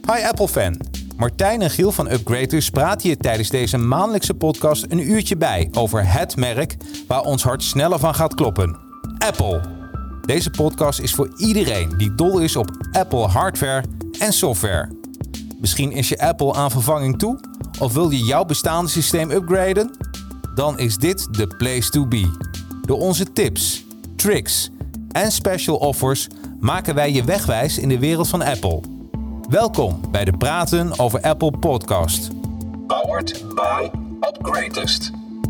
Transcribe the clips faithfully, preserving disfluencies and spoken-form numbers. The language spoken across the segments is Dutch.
Hi Apple-fan. Martijn en Giel van Upgraders praten je tijdens deze maandelijkse podcast een uurtje bij over het merk waar ons hart sneller van gaat kloppen. Apple. Deze podcast is voor iedereen die dol is op Apple hardware en software. Misschien is je Apple aan vervanging toe of wil je jouw bestaande systeem upgraden? Dan is dit de place to be. Door onze tips, tricks en special offers maken wij je wegwijs in de wereld van Apple. Welkom bij de Praten over Apple podcast. Powered by Upgraders.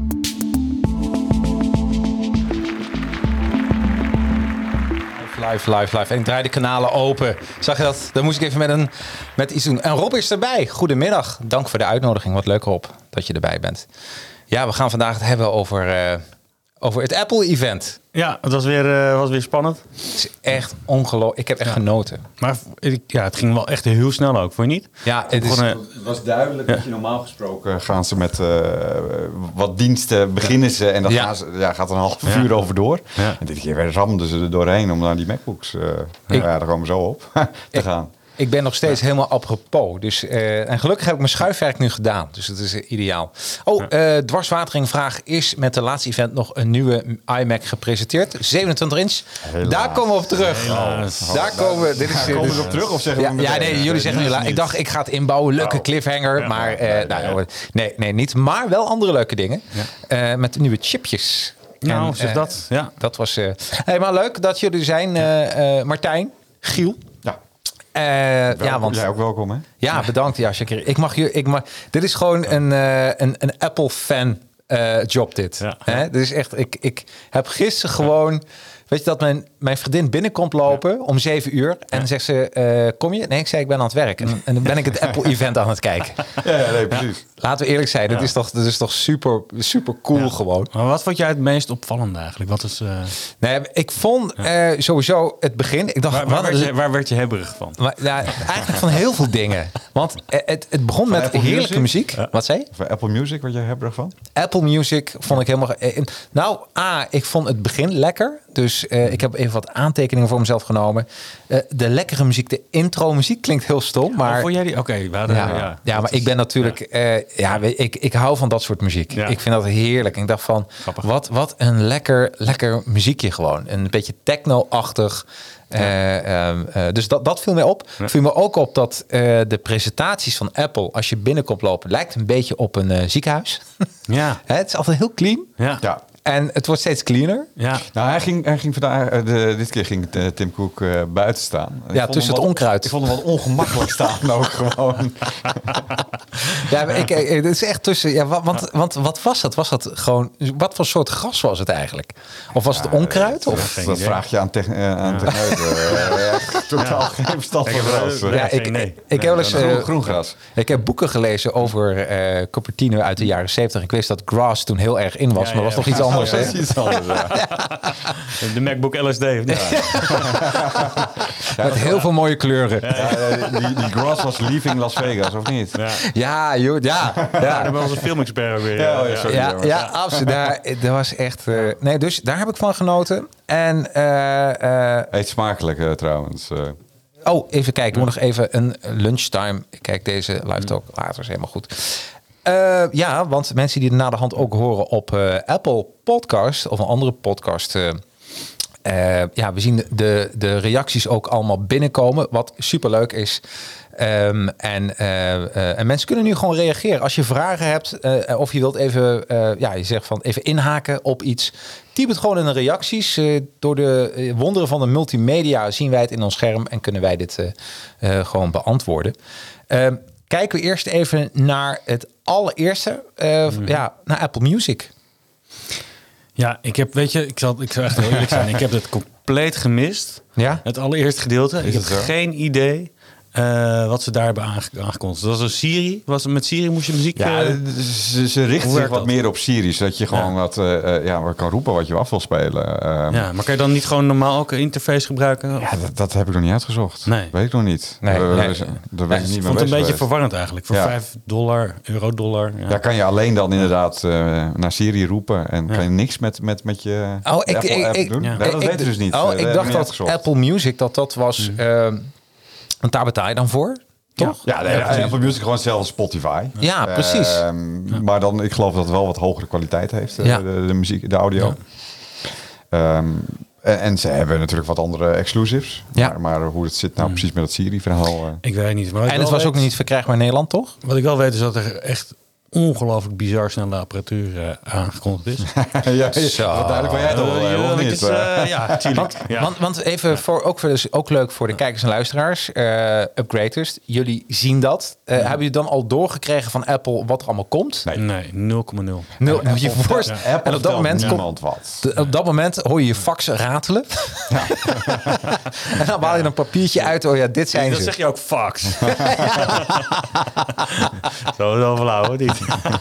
Live, live, live. En ik draai de kanalen open. Zag je dat? Dan moest ik even met, een, met iets doen. En Rob is erbij. Goedemiddag. Dank voor de uitnodiging. Wat leuk, Rob, dat je erbij bent. Ja, we gaan vandaag het hebben over, uh, over het Apple-event. Ja, het was weer, uh, was weer spannend. Het is echt ongelooflijk. Ik heb echt ja. genoten. Maar ja, het ging wel echt heel snel ook, vond je niet? Ja, het, is, Gewoon, uh, het was duidelijk ja. dat je normaal gesproken gaan ze met uh, wat diensten beginnen ze en dan ja. gaan ze, ja, gaat een half ja. uur over door. Ja. En dit keer ramden ze er doorheen om naar die MacBooks, uh, ik, ja, daar komen we zo op, te ik, gaan. Ik ben nog steeds ja. helemaal apropos. Dus, uh, en gelukkig heb ik mijn schuifwerk nu gedaan. Dus dat is uh, ideaal. Oh, uh, dwarswateringvraag. Is met de laatste event nog een nieuwe iMac gepresenteerd? zevenentwintig inch. Helaas. Daar komen we op terug. Helaas. Daar komen we. Dit is, ja, komen we op terug of zeggen ja, we ja, nee, jullie zeggen nu. La- ik dacht, ik ga het inbouwen. Leuke cliffhanger. Ja, maar uh, ja, nou, ja. nee, nee, niet. Maar wel andere leuke dingen. Ja. Uh, met nieuwe chipjes. Nou, en, zeg uh, dat. Ja. Dat was uh, helemaal leuk dat jullie zijn. Uh, uh, Martijn, Giel. Ja. Uh, welkom, ja, want, jij ook welkom, hè? Ja, bedankt. Ja, zeker. Ik mag je, ik mag, dit is gewoon een, uh, een, een Apple-fan uh, job, dit. Ja. Hè? Dit is echt, ik, ik heb gisteren gewoon... Weet je dat mijn, mijn vriendin binnenkomt lopen ja. om zeven uur. En ja. dan zegt ze, uh, kom je? Nee, ik zei, ik ben aan het werk. En, en dan ben ik het Apple-event aan het kijken. Ja, ja nee, precies. Ja. Laten we eerlijk zijn, ja. dit is toch, dit is toch super, super cool ja. gewoon. Maar wat vond jij het meest opvallende eigenlijk? Wat is, uh... nee, ik vond ja. uh, sowieso het begin... Ik dacht, waar, waar, werd je, waar werd je hebberig van? Maar, nou, eigenlijk van heel veel dingen. Want het, het begon van met Apple heerlijke Music? muziek. Ja. Wat zei je? Van Apple Music werd je hebberig van? Apple Music vond ik helemaal... Nou, A, ik vond het begin lekker. Dus uh, ik heb even wat aantekeningen voor mezelf genomen. Uh, de lekkere muziek, de intro muziek klinkt heel stom. Maar... Oh, vond jij die? Oké. Okay, ja, ja, ja, maar is... ik ben natuurlijk... Ja, uh, ja ik, ik hou van dat soort muziek. Ja. Ik vind dat heerlijk. En ik dacht van, wat, wat een lekker, lekker muziekje gewoon. Een beetje techno-achtig. Ja. Uh, uh, dus dat, dat viel mij op. Ja. Viel me ook op dat uh, de presentaties van Apple, als je binnenkomt lopen, lijkt een beetje op een uh, ziekenhuis. Ja. Het is altijd heel clean. Ja. ja. En het wordt steeds cleaner. Ja. Nou, hij ging, hij ging vandaag, de, dit keer ging uh, Tim Cook uh, buiten staan. Ik ja, tussen het wat, onkruid. Ik vond hem wat ongemakkelijk staan ook gewoon. Ja, maar ik, het is echt tussen. Ja, want, want wat was dat? Was dat gewoon? Wat voor soort gras was het eigenlijk? Of was het onkruid? Ja, of? Dat, dat vraag je aan techneuten. Uh, aan ja. uh, totaal ja. geen verstand van gras. Ja, ja, ik, nee. ik heb wel eens uh, groen gras. Ik heb boeken gelezen over uh, Cupertino uit de jaren zeventig. Ik wist dat grass toen heel erg in was, ja, maar was ja, nog iets anders. Ja, ja, iets anders ja. Ja. De MacBook L S D. Ja. Ja, met heel veel mooie kleuren. Ja, ja, die, die grass was leaving Las Vegas, of niet? Ja, ja, joh, ja. ja. ja dat was een filmexpert weer. Ja, oh ja, sorry, ja, ja, absoluut. Daar, dat was echt... Uh, nee, dus daar heb ik van genoten. En... Uh, uh, Eet smakelijk uh, trouwens. Uh. Oh, even kijken. Ik moet nog even een lunchtime. Kijk, deze live talk later is helemaal goed. Uh, ja, want mensen die er na de hand ook horen op uh, Apple Podcast of een andere podcast. Uh, uh, ja, we zien de, de reacties ook allemaal binnenkomen. Wat superleuk is. Um, en, uh, uh, en mensen kunnen nu gewoon reageren. Als je vragen hebt uh, of je wilt even, uh, ja, je zegt van even inhaken op iets. Typ het gewoon in de reacties. Uh, door de uh, wonderen van de multimedia zien wij het in ons scherm en kunnen wij dit uh, uh, gewoon beantwoorden. Uh, kijken we eerst even naar het allereerste, uh, mm. ja, naar Apple Music. Ja, ik heb, weet je, ik zal, ik zal echt heel eerlijk zijn. Ik heb het compleet gemist. Ja? Het allereerste gedeelte. Ik heb geen idee uh, wat ze daar hebben aangekondigd. Dat was een Siri. Was, met Siri moest je muziek... Ja, uh, ze, ze richten zich wat dat? meer op Siri. Zodat je gewoon ja. wat, uh, ja, wat kan roepen wat je af wil spelen. Uh, ja, maar kan je dan niet gewoon normaal ook een interface gebruiken? Ja, dat, dat heb ik nog niet uitgezocht. Nee. Weet ik nog niet. Nee, uh, nee. Dat nee. weet ik niet. Ik vond het een beetje geweest. verwarrend eigenlijk. Voor ja. vijf dollar, euro dollar. Ja. Daar kan je alleen dan inderdaad uh, naar Siri roepen. En ja. kan je niks met, met, met je oh, ik, Apple ik, app ik, doen. ja. Ja, dat ik, weten we dus niet. Oh, uh, ik dacht dat Apple Music, dat dat was... Mm. Uh, want daar betaal je dan voor. Toch? Ja, nee, ja, Apple Music gewoon hetzelfde als Spotify. Ja, precies. Uh, ja. Maar dan, ik geloof dat het wel wat hogere kwaliteit heeft, ja. de, de muziek, de audio. Ja. Um, en, en ze hebben natuurlijk wat andere exclusives. Ja. Maar, maar hoe het zit nou precies met dat Siri-verhaal... Uh... Ik weet niet. Maar en het was weet, ook niet verkrijgbaar in Nederland, toch? Wat ik wel weet is dat er echt... ongelooflijk bizar snelle apparatuur uh, aangekondigd is. ja, ja, Zo. Wat duidelijk waar jij het al uh, uh, niet. Is, uh, ja, tuurlijk. Want, ja. want, want even ja. voor ook, voor, dus ook leuk voor de kijkers en luisteraars. Uh, Upgraders, jullie zien dat. Uh, ja. Hebben jullie dan al doorgekregen van Apple wat er allemaal komt? Nee, nee nul komma nul. nul Moet je voorstellen. Ja. En op dat moment komt wat. De, op dat moment hoor je je fax ratelen. Ja. En dan haal je een papiertje uit. Oh ja, dit zijn ja, ze. Dan zeg je ook fax. Zo wel flauw, hoor. Niet.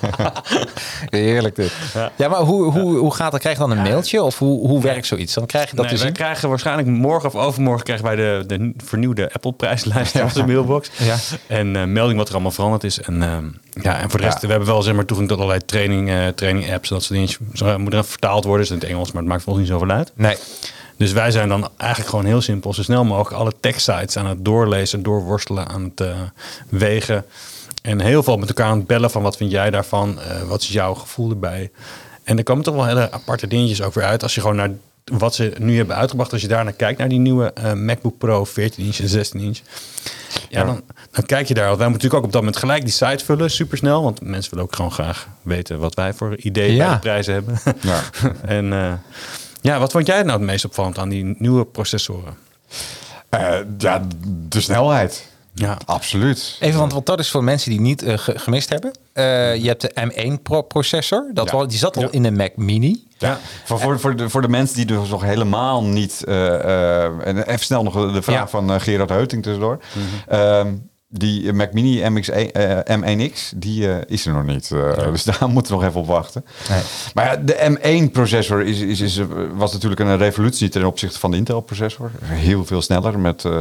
Heerlijk dit. Ja, ja maar hoe, hoe, hoe gaat dat? Krijg je dan een mailtje? Of hoe, hoe werkt zoiets? Dan krijg je dat nee, te zien? Wij krijgen waarschijnlijk morgen of overmorgen krijgen wij de, de vernieuwde Apple-prijslijst ja. op de mailbox. Ja. En uh, melding wat er allemaal veranderd is. En, uh, ja, en voor de rest, ja. we hebben wel zeg maar, toegang tot allerlei training, uh, training apps. Dat soort dingen. Ze moeten even vertaald worden. Dus in het Engels, maar het maakt volgens niet zoveel uit. Nee. Dus wij zijn dan eigenlijk gewoon heel simpel. Zo snel mogelijk alle techsites aan het doorlezen, doorworstelen, aan het uh, wegen. En heel veel met elkaar aan het bellen van wat vind jij daarvan? Uh, wat is jouw gevoel erbij? En er komen toch wel hele aparte dingetjes ook weer uit. Als je gewoon naar wat ze nu hebben uitgebracht. Als je daar naar kijkt, naar die nieuwe uh, MacBook Pro veertien inch en zestien inch. Ja, ja. Dan, dan kijk je daar. Wij moeten natuurlijk ook op dat moment gelijk die site vullen. Supersnel. Want mensen willen ook gewoon graag weten wat wij voor ideeën ja. bij de prijzen hebben. Ja. en uh, ja, wat vond jij nou het meest opvallend aan die nieuwe processoren? Uh, ja, de snelheid. Ja, absoluut. Even, want, want dat is voor mensen die niet uh, gemist hebben. Uh, je hebt de M één Pro processor. Dat ja. wel, die zat al ja. in de Mac Mini. Ja, voor, voor, voor, de, voor de mensen die dus nog helemaal niet... Uh, uh, en even snel nog de vraag ja. van uh, Gerard Heuting tussendoor. Mm-hmm. Um, die Mac Mini M X één, uh, M één X, die uh, is er nog niet. Uh, ja. Dus daar moeten we nog even op wachten. Nee. Maar ja, de M één processor is, is, is, was natuurlijk een revolutie ten opzichte van de Intel processor. Heel veel sneller met uh,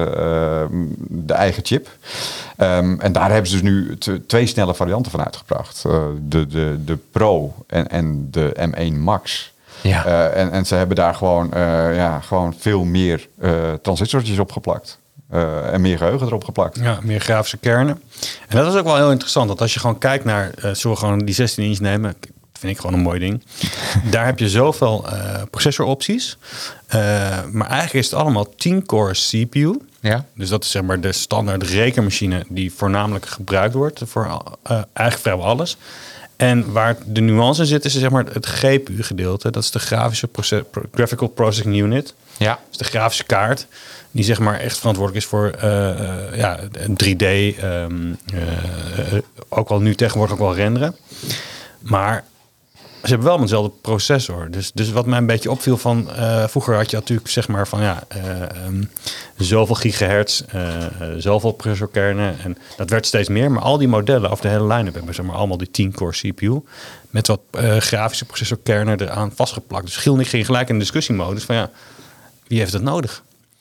de eigen chip. Um, en daar hebben ze dus nu t- twee snelle varianten van uitgebracht. Uh, de, de, de Pro en, en de M één Max. Ja. Uh, en, en ze hebben daar gewoon, uh, ja, gewoon veel meer uh, transistortjes opgeplakt. Uh, en meer geheugen erop geplakt. Ja, meer grafische kernen. En dat is ook wel heel interessant. Dat als je gewoon kijkt naar... Uh, zullen we gewoon die zestien inch nemen? Vind ik gewoon een mooi ding. Daar heb je zoveel uh, processoropties. Uh, maar eigenlijk is het allemaal tien core C P U. Ja. Dus dat is zeg maar de standaard rekenmachine... die voornamelijk gebruikt wordt voor uh, eigenlijk vrijwel alles. En waar de nuance in zit, is zeg maar het G P U-gedeelte. Dat is de grafische proces- Graphical Processing Unit. Ja. Dat is de grafische kaart. Die zeg maar echt verantwoordelijk is voor uh, uh, ja, drie D. Um, uh, ook wel nu tegenwoordig ook wel renderen. Maar ze hebben wel dezelfde processor. Dus, dus wat mij een beetje opviel van... Uh, vroeger had je natuurlijk zeg maar van ja... Uh, um, zoveel gigahertz, uh, uh, zoveel processorkernen. En dat werd steeds meer. Maar al die modellen over de hele line-up hebben zeg maar allemaal die tien core C P U. Met wat uh, grafische processorkernen eraan vastgeplakt. Dus Giel en ik ging gelijk in de discussiemodus van ja... Wie heeft dat nodig?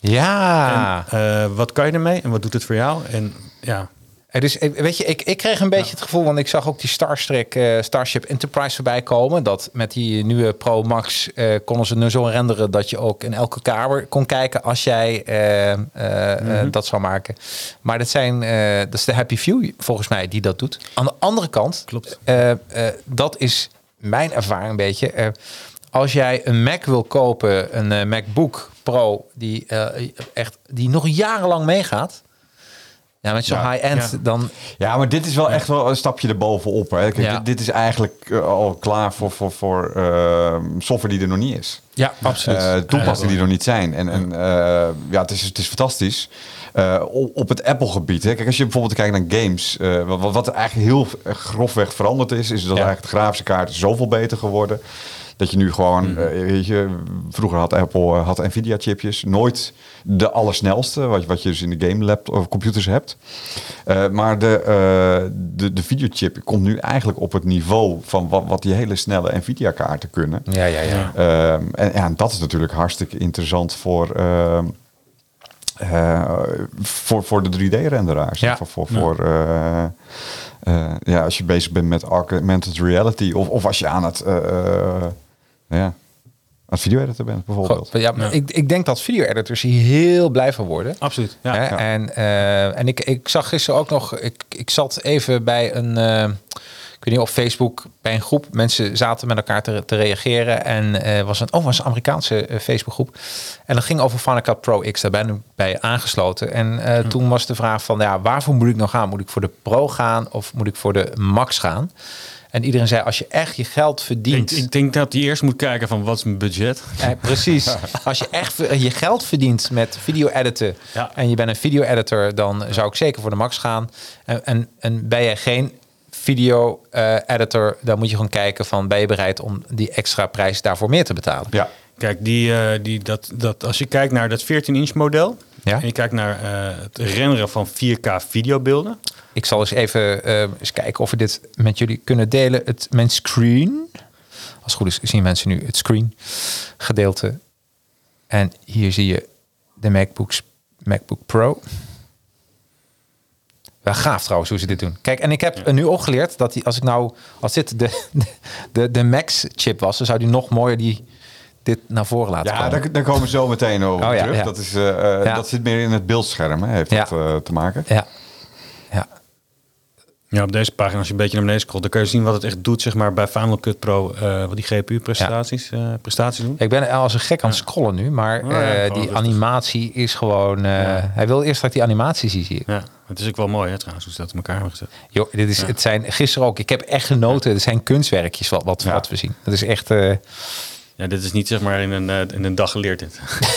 Ja. En, uh, wat kan je ermee? En wat doet het voor jou? En ja... Dus weet je, ik, ik kreeg een beetje ja. het gevoel, want ik zag ook die Starstreak, uh, Starship Enterprise voorbij komen. Dat met die nieuwe Pro Max uh, konden ze nu zo renderen dat je ook in elke kamer kon kijken als jij uh, uh, mm-hmm. uh, dat zou maken. Maar dat zijn, uh, dat is de Happy Few volgens mij die dat doet. Aan de andere kant, klopt. Uh, uh, dat is mijn ervaring een beetje. Uh, als jij een Mac wil kopen, een uh, MacBook Pro die uh, echt die nog jarenlang meegaat. Ja, met zo'n ja, high-end ja. dan... Ja, maar dit is wel ja. echt wel een stapje erbovenop. Hè. Kijk, ja. dit, dit is eigenlijk uh, al klaar voor, voor, voor uh, software die er nog niet is. Ja, absoluut. Uh, toepassingen die er nog niet zijn. En, en uh, ja, het is, het is fantastisch. Uh, op, op het Apple-gebied. Hè. Kijk, als je bijvoorbeeld kijkt naar games. Uh, wat, wat er eigenlijk heel grofweg veranderd is... is dat ja. eigenlijk de grafische kaart zoveel beter geworden... Dat je nu gewoon, mm. uh, weet je, vroeger had Apple uh, had Nvidia-chipjes. Nooit de allersnelste, wat, wat je dus in de game lab of computers hebt. Uh, maar de, uh, de, de videochip komt nu eigenlijk op het niveau van wat, wat die hele snelle Nvidia-kaarten kunnen. Ja, ja, ja. Uh, en, ja, en dat is natuurlijk hartstikke interessant voor... Uh, uh, voor, voor de drie D-renderaars. Ja. Voor, voor, ja. voor uh, uh, ja, als je bezig bent met augmented reality... of, of als je aan het... Uh, ja, als video-editor bent, bijvoorbeeld. Goh, ja, maar ja. Ik, ik denk dat video-editors hier heel blij van worden. Absoluut. Ja. Hè? Ja. En, uh, en ik, ik zag gisteren ook nog... Ik, ik zat even bij een... Uh, ik weet niet, op Facebook bij een groep. Mensen zaten met elkaar te, te reageren. En uh, was een, oh, was een Amerikaanse uh, Facebookgroep. En dat ging over Final Cut Pro X. Daar ben ik bij aangesloten. En uh, hm. toen was de vraag van... ja, waarvoor moet ik nou gaan? Moet ik voor de Pro gaan of moet ik voor de Max gaan? En iedereen zei, als je echt je geld verdient... Ik, ik denk dat die eerst moet kijken van, wat is mijn budget? Eh, precies. Als je echt je geld verdient met video-editen... Ja. en je bent een video-editor... dan ja. zou ik zeker voor de Max gaan. En, en, en ben je geen video-editor... Uh, dan moet je gewoon kijken van... ben je bereid om die extra prijs daarvoor meer te betalen? Ja. Kijk, die, uh, die, dat, dat, als je kijkt naar dat veertien inch model... Ja? en je kijkt naar uh, het renderen van vier K videobeelden... Ik zal eens even uh, eens kijken of we dit met jullie kunnen delen. Het, mijn screen. Als het goed is zien mensen nu het screen gedeelte. En hier zie je de MacBooks, MacBook Pro. Wel gaaf trouwens hoe ze dit doen. Kijk, en ik heb ja. nu ook geleerd dat die, als ik nou, als dit de, de, de Max chip was, dan zou die nog mooier die dit naar voren laten ja, komen. Ja, daar, daar komen we zo meteen over oh, ja, terug. Ja. Dat, is, uh, uh, ja. dat zit meer in het beeldscherm, hè, heeft ja. dat uh, te maken. Ja. Ja. Ja, op deze pagina, als je een beetje naar beneden scrolt, dan kun je zien wat het echt doet, zeg maar, bij Final Cut Pro, uh, wat die G P U-prestaties ja. uh, prestaties doen. Ik ben als een gek aan het scrollen nu, maar uh, oh, ja, die rustig. animatie is gewoon... Uh, ja. Hij wil eerst dat ik die animatie zie, zie ik. Ja, het is ook wel mooi, hè, trouwens, hoe ze dat in elkaar hebben gezet. Jo, dit is, ja. Het zijn gisteren ook, ik heb echt genoten, het zijn kunstwerkjes wat, wat, ja. wat we zien. Dat is echt... Uh, ja, dit is niet, zeg maar, in een, uh, in een dag geleerd dit.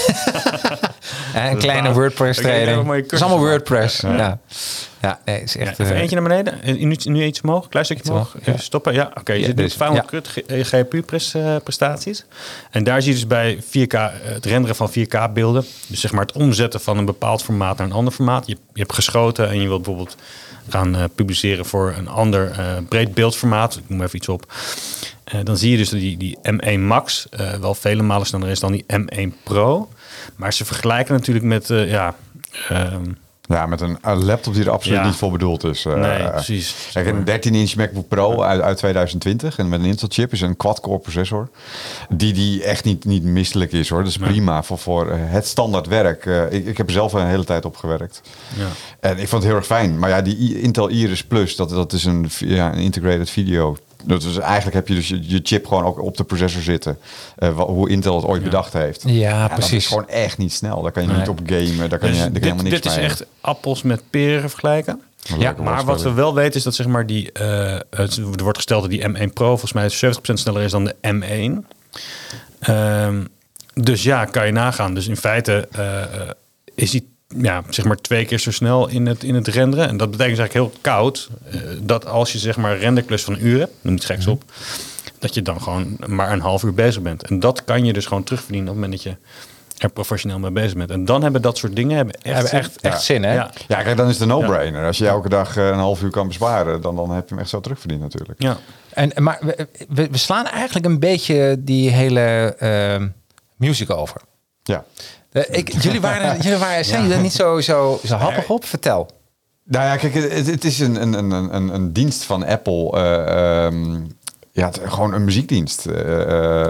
ja, een kleine WordPress training. Het is allemaal WordPress, ja. ja. Ja, nee, is echt... Ja, even uh, eentje naar beneden. Nu, nu iets omhoog. Klein stukje omhoog. Even ja. stoppen. Ja, oké. Okay. Je ja, doet Final Cut G P U-prestaties. En daar zie je dus bij vier K het renderen van vier K beelden. Dus zeg maar het omzetten van een bepaald formaat naar een ander formaat. Je, je hebt geschoten en je wilt bijvoorbeeld gaan uh, publiceren voor een ander uh, breed beeldformaat. Ik noem even iets op. Uh, dan zie je dus dat die, die M één Max uh, wel vele malen sneller is dan die M één Pro. Maar ze vergelijken natuurlijk met... Uh, ja... Um, Ja, met een, een laptop die er absoluut ja. niet voor bedoeld is. Uh, nee, precies. Kijk, een dertien inch MacBook Pro uit, uit twintig twintig en met een Intel chip is een quad-core processor. Die, die echt niet, niet misselijk is hoor. Dat is prima nee. voor, voor het standaard werk. Uh, ik, ik heb er zelf een hele tijd op gewerkt. Ja. En ik vond het heel erg fijn. Maar ja, die Intel Iris Plus, dat, dat is een, ja, een integrated video. Dus eigenlijk heb je dus je, je chip gewoon ook op de processor zitten. Uh, wat, hoe Intel het ooit ja. bedacht heeft. Ja, ja, precies. Dat is gewoon echt niet snel. Daar kan je nee. niet op gamen. Daar kan dus je, daar dit, kan je helemaal niks dit mee. is echt appels met peren vergelijken. Maar ja, maar wat we wel weten is dat zeg maar die... Uh, het, er wordt gesteld dat die M één Pro volgens mij zeventig procent sneller is dan de M één. Uh, dus ja, kan je nagaan. Dus in feite uh, is die... ja, zeg maar twee keer zo snel in het, in het renderen. En dat betekent eigenlijk heel koud... Uh, dat als je zeg maar een renderklus van een uur hebt... noem het geks op... dat je dan gewoon maar een half uur bezig bent. En dat kan je dus gewoon terugverdienen... op het moment dat je er professioneel mee bezig bent. En dan hebben dat soort dingen hebben echt, hebben zin. echt, echt ja. zin, hè? Ja. ja, kijk, dan is het een no-brainer. Ja. Als je elke dag een half uur kan besparen... dan, dan heb je hem echt zo terugverdiend natuurlijk. Ja. En, maar we, we, we slaan eigenlijk een beetje die hele uh, music over. Ja. Uh, ik, jullie waren, jullie waren zijn ja. jullie er niet zo, zo, zo happig op? Vertel. Nou ja, kijk, het, het is een, een, een, een, een dienst van Apple. Uh, um, ja, het, gewoon een muziekdienst. Uh, uh,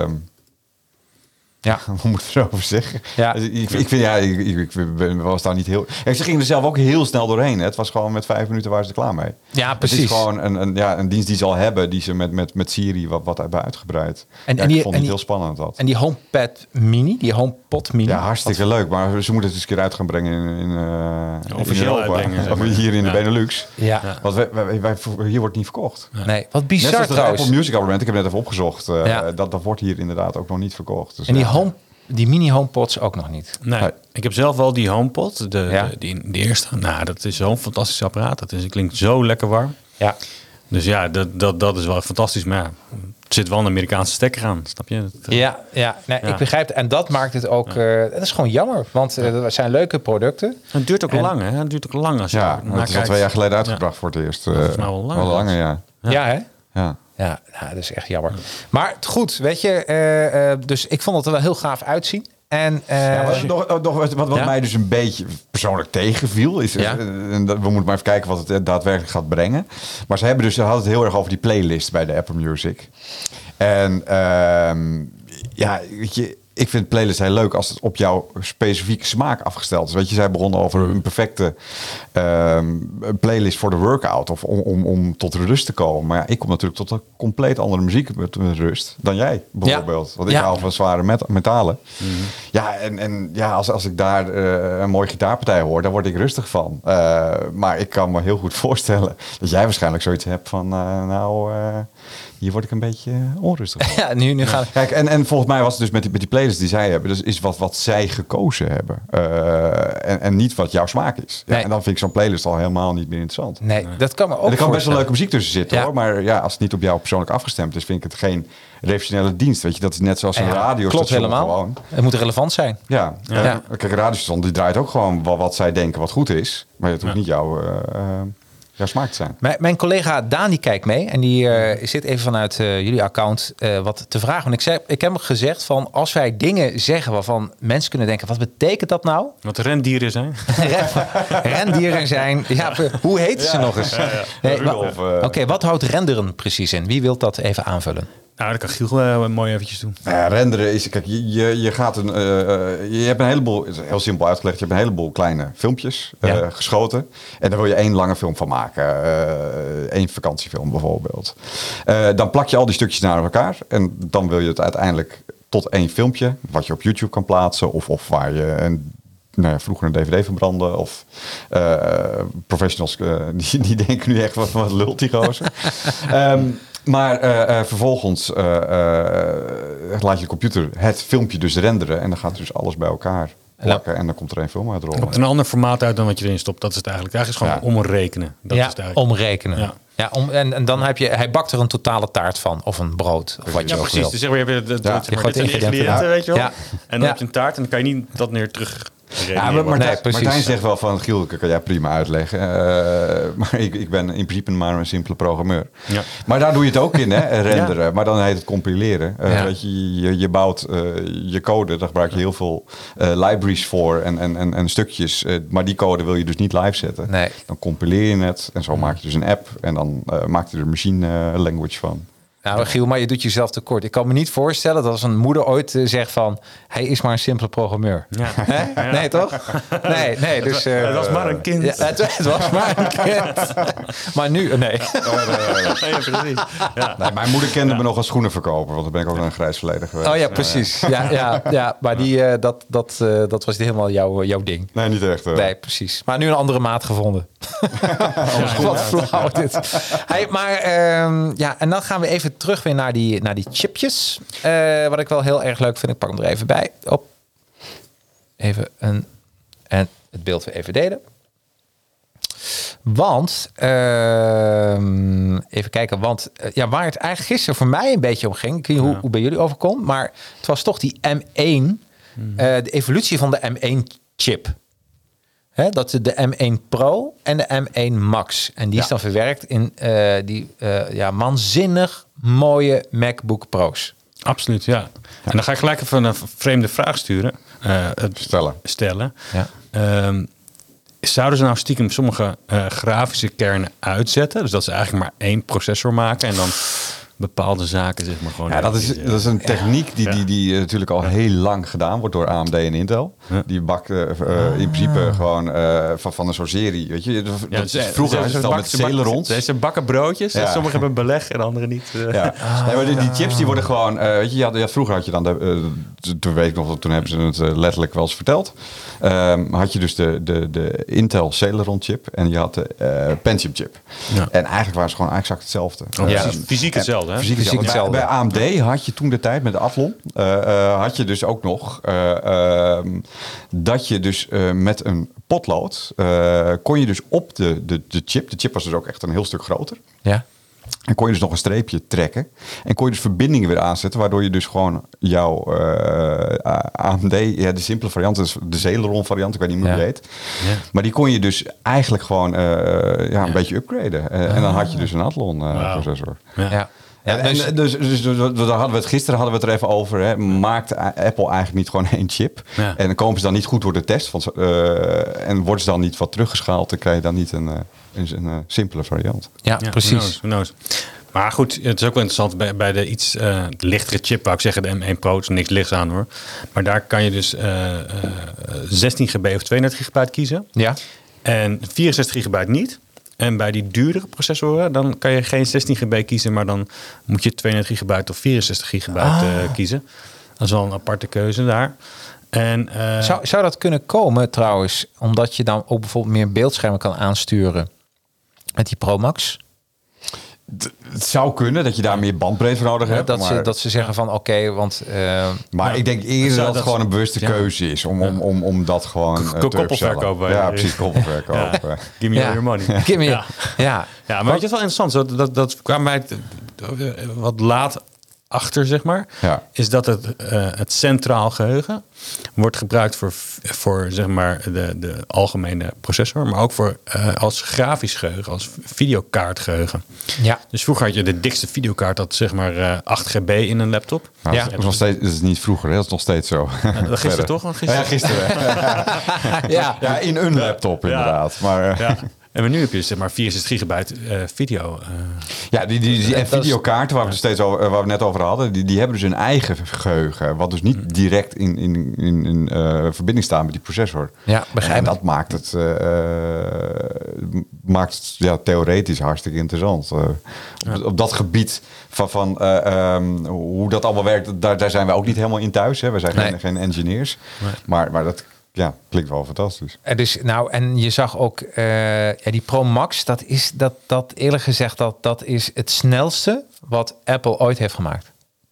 ja, hoe moet ik erover zeggen? Ja. Ik, ik vind, ja, ik, ik, ik was daar niet heel... Ja, ze gingen er zelf ook heel snel doorheen. Hè. Het was gewoon met vijf minuten waren ze er klaar mee. Ja, precies. Het is gewoon een, een, ja, een dienst die ze al hebben, die ze met, met, met Siri wat, wat hebben uitgebreid. En, ja, en die, ik vond en het die, heel spannend dat. En die HomePad Mini, die HomePod Mini. Ja, hartstikke wat... leuk. Maar ze moeten het eens een keer uit gaan brengen in, in, uh, officieel in Europa. Zeg maar. Hier in ja. de Benelux. Ja. Ja. Want wij, wij, wij, hier wordt niet verkocht. Ja. Nee, wat bizar net trouwens. Apple Music abonnement, ik heb net even opgezocht. Uh, ja. dat, dat wordt hier inderdaad ook nog niet verkocht. Dus en die ja. home Die mini HomePods ook nog niet. Nee, nee. Ik heb zelf wel die HomePod, de, ja. de, die, de eerste. Nou, dat is zo'n fantastisch apparaat. Dat is, het klinkt zo lekker warm. Ja. Dus ja, dat, dat, dat is wel fantastisch. Maar ja, er zit wel een Amerikaanse stekker aan, snap je? Dat, uh... Ja, ja, nee, ja, ik begrijp het. En dat maakt het ook... Ja. Uh, dat is gewoon jammer, want uh, dat zijn leuke producten. Het duurt ook en... lang, hè? Het duurt ook lang als je ja, het is al twee jaar geleden uitgebracht ja. voor het eerst. Uh, dat is nou wel langer. Wel langer, ja. Ja, ja hè? Ja. Ja, nou, dat is echt jammer. Ja. Maar goed, weet je, uh, uh, dus ik vond het er wel heel gaaf uitzien. En uh, ja, wat, nog, nog, wat, wat ja? mij dus een beetje persoonlijk tegenviel, is, ja? uh, we moeten maar even kijken wat het daadwerkelijk gaat brengen. Maar ze hebben dus, ze hadden het heel erg over die playlist bij de Apple Music. En uh, Ja, weet je, ik vind playlist heel leuk als het op jouw specifieke smaak afgesteld is. Weet je, zij begonnen over een perfecte um, playlist voor de workout of om, om, om tot rust te komen. Maar ja, ik kom natuurlijk tot een compleet andere muziek met, met rust dan jij bijvoorbeeld. Ja. Want ik ja. hou van zware met, metalen. Mm-hmm. Ja, en, en ja, als, als ik daar uh, een mooie gitaarpartij hoor, dan word ik rustig van. Uh, maar ik kan me heel goed voorstellen dat jij waarschijnlijk zoiets hebt van, uh, nou... Uh, hier word ik een beetje onrustig. Ja, nu, nu gaan... Kijk, en, en volgens mij was het dus met die, met die playlist die zij hebben, dus is wat, wat zij gekozen hebben. Uh, en, en niet wat jouw smaak is. Ja, nee. En dan vind ik zo'n playlist al helemaal niet meer interessant. Nee, nee. dat kan me ook. En er kan best wel leuke muziek tussen zitten, ja. hoor. Maar ja, als het niet op jou persoonlijk afgestemd is, vind ik het geen revolutionaire dienst. Weet je, dat is net zoals een ja, radio. Klopt helemaal. Gewoon. Het moet relevant zijn. Ja, ja. ja. Kijk, een radiostation die draait ook gewoon wat, wat zij denken wat goed is. Maar het hoeft ja. niet jouw... Uh, uh, jouw smaak te zijn. Mijn, mijn collega Daan die kijkt mee en die uh, zit even vanuit uh, jullie account uh, wat te vragen. Want ik, zei, ik heb hem gezegd van als wij dingen zeggen waarvan mensen kunnen denken, wat betekent dat nou? Wat rendieren zijn. rendieren zijn. Ja, hoe heten ja. ze nog eens? Ja, ja. Nee, uh, Oké, okay, wat houdt renderen precies in? Wie wil dat even aanvullen? Nou, dat kan Giel uh, mooi eventjes doen. Ja, renderen is... Kijk, je, je, je gaat een... Uh, je hebt een heleboel... Het is heel simpel uitgelegd. Je hebt een heleboel kleine filmpjes uh, ja. geschoten. En daar wil je één lange film van maken. Eén uh, vakantiefilm bijvoorbeeld. Uh, dan plak je al die stukjes naar elkaar. En dan wil je het uiteindelijk tot één filmpje. Wat je op YouTube kan plaatsen. Of, of waar je... een Nou ja, vroeger een D V D verbranden of uh, professionals uh, die, die denken nu echt wat, wat lult die gozer. um, maar uh, uh, vervolgens uh, uh, laat je de computer het filmpje dus renderen en dan gaat dus alles bij elkaar plakken ja. en dan komt er een film uit rollen. Komt een ander formaat uit dan wat je erin stopt. Dat is het eigenlijk. Eigenlijk is gewoon ja. omrekenen. Dat ja, is het eigenlijk. omrekenen. Ja. Ja, om, en, en dan heb je, hij bakt er een totale taart van. Of een brood. Of wat je ja, ook precies. wilt. Dus zeg maar, je hebt de, de, ja, zeg maar, dit zijn ingrediënten, ja. weet je wel. Ja. En dan ja. heb je een taart en dan kan je niet dat meer terug... Ja, maar Martijn, nee, Martijn zegt wel van, Giel, kan jij prima uitleggen. Uh, maar ik, ik ben in principe maar een simpele programmeur. Ja. Maar daar doe je het ook in, hè, renderen. Ja. Maar dan heet het compileren. Uh, ja. dat je, je, je bouwt uh, je code, daar gebruik je heel veel uh, libraries voor en, en, en, en stukjes. Uh, maar die code wil je dus niet live zetten. Nee. Dan compileer je het en zo mm. maak je dus een app. En dan uh, maak je er machine uh, language van. Nou, Giel, maar je doet jezelf tekort. Ik kan me niet voorstellen dat als een moeder ooit uh, zegt van... hij is maar een simpele programmeur. Ja. Ja. Nee, toch? Nee, nee. Dus, uh, het was maar een kind. Ja, het, het was maar een kind. Maar nu, nee. nee, nee, nee. nee, ja. nee mijn moeder kende ja. me nog als schoenenverkoper... want dan ben ik ook een grijs verleden geweest. Oh ja, precies. Ja, ja, ja, maar die, uh, dat, dat, uh, dat was niet helemaal jouw, jouw ding. Nee, niet echt. Uh. Nee, precies. Maar nu een andere maat gevonden. Ja, wat flauw dit. Hey, maar uh, ja, en dan gaan we even terug weer naar die, naar die chipjes. Uh, wat ik wel heel erg leuk vind. Ik pak hem er even bij. Op. Even een... En het beeld weer even delen. Want... Uh, even kijken. Want uh, ja, waar het eigenlijk gisteren voor mij een beetje om ging. Ik weet niet hoe, ja. hoe bij jullie overkomt. Maar het was toch die M één. Hmm. Uh, de evolutie van de M één chip. He, dat is de M één Pro en de M één Max. En die ja. is dan verwerkt in uh, die uh, ja, waanzinnig mooie MacBook Pro's. Absoluut, ja. ja. En dan ga ik gelijk even een vreemde vraag sturen. Uh, het stellen. stellen. Ja. Um, zouden ze nou stiekem sommige uh, grafische kernen uitzetten? Dus dat ze eigenlijk maar één processor maken en dan... bepaalde zaken, zeg maar gewoon. Ja, dat is, dat is een techniek die, die, die uh, natuurlijk al heel lang gedaan wordt door A M D en Intel. Ja. Die bakken uh, uh, in principe gewoon uh, van, van een soort serie. Weet je, dat, ja, dat, vroeger was het al met Celerons. Deze bakken broodjes. Ja. Sommigen hebben beleg en anderen niet. Uh. Ja. Ah, nee, maar die, die chips die worden gewoon. Uh, weet je, je had, je had, vroeger had je dan de. Uh, toen weet ik nog, toen hebben ze het uh, letterlijk wel eens verteld. Um, had je dus de, de, de Intel Celeron chip en je had de uh, Pentium chip. Ja. En eigenlijk waren ze gewoon exact hetzelfde. Oh, ja. Fysiek hetzelfde. Hè? Fysiek hetzelfde. Bij, bij A M D had je toen de tijd met de Athlon, uh, uh, had je dus ook nog uh, uh, dat je dus uh, met een potlood uh, kon je dus op de, de, de chip, de chip was dus ook echt een heel stuk groter. Ja. En kon je dus nog een streepje trekken. En kon je dus verbindingen weer aanzetten. Waardoor je dus gewoon jouw uh, A M D... Ja, de simpele variant is de Celeron variant. Ik weet niet hoe die ja. heet. Ja. Maar die kon je dus eigenlijk gewoon uh, ja, een ja. beetje upgraden. Uh, ah. En dan had je dus een Athlon uh, wow. processor. Ja. ja. Ja, dus, en, dus, dus, dus, dus daar hadden we het, gisteren hadden we het er even over. Hè. Maakt Apple eigenlijk niet gewoon één chip? Ja. En dan komen ze dan niet goed door de test. Want, uh, en worden ze dan niet wat teruggeschaald. Dan krijg je dan niet een, uh, een, een, een simpele variant. Ja, ja precies. Who knows, who knows. Maar goed, het is ook wel interessant bij, bij de iets uh, lichtere chip, wou ik zeggen, de M één Pro, is er niks lichts aan hoor. Maar daar kan je dus uh, uh, zestien gigabyte of tweeëndertig gigabyte kiezen. Ja. En vierenzestig gigabyte niet. En bij die duurdere processoren, dan kan je geen zestien gigabyte kiezen, maar dan moet je tweeëndertig gigabyte of vierenzestig gigabyte ah. uh, kiezen. Dat is wel een aparte keuze daar. En, uh, zou, zou dat kunnen komen trouwens, omdat je dan ook bijvoorbeeld meer beeldschermen kan aansturen met die Pro Max? Het zou kunnen dat je daar meer bandbreedte voor nodig hebt. Dat, maar, ze, dat ze zeggen van oké, okay, want... Uh, maar ja, ik denk eerder dat, dat het gewoon een bewuste ja. keuze is om, om, om, om dat gewoon uh, te koppelverkoop. Ja, precies, koppelverkoop. ja. Give me ja. all your money. Give me, ja. ja. ja, maar weet je, het is wel interessant. Zo, dat, dat kwam mij wat laat achter, zeg maar. Ja. Is dat het, uh, het centraal geheugen wordt gebruikt voor, voor zeg maar de, de algemene processor, maar ook voor uh, als grafisch geheugen, als videokaartgeheugen. Ja. Dus vroeger had je de dikste videokaart, dat zeg maar uh, acht gigabyte in een laptop. Nou, ja. Dat is nog steeds, dat is niet vroeger, hè? Dat is nog steeds zo. Uh, gisteren toch? Gisteren. Ja, gisteren. ja. ja, in een laptop inderdaad. Ja. Maar, uh, ja. En nu heb je zeg maar vierenzestig gigabyte uh, video. Uh, ja, die, die, die en videokaarten waar we het steeds over, waar we het net over hadden, die, die hebben dus een eigen geheugen, wat dus niet direct in, in, in, in uh, verbinding staat met die processor. Ja, begrijp. En dat maakt het, uh, maakt het ja, theoretisch hartstikke interessant. Uh, ja. op, op dat gebied van, van uh, um, hoe dat allemaal werkt, daar, daar zijn wij ook niet helemaal in thuis. Hè. We zijn nee. geen, geen engineers. Nee. Maar, maar dat ja, klinkt wel fantastisch. En dus, nou, en je zag ook uh, ja, die Pro Max, dat is dat, dat eerlijk gezegd, dat, dat is het snelste wat Apple ooit heeft gemaakt.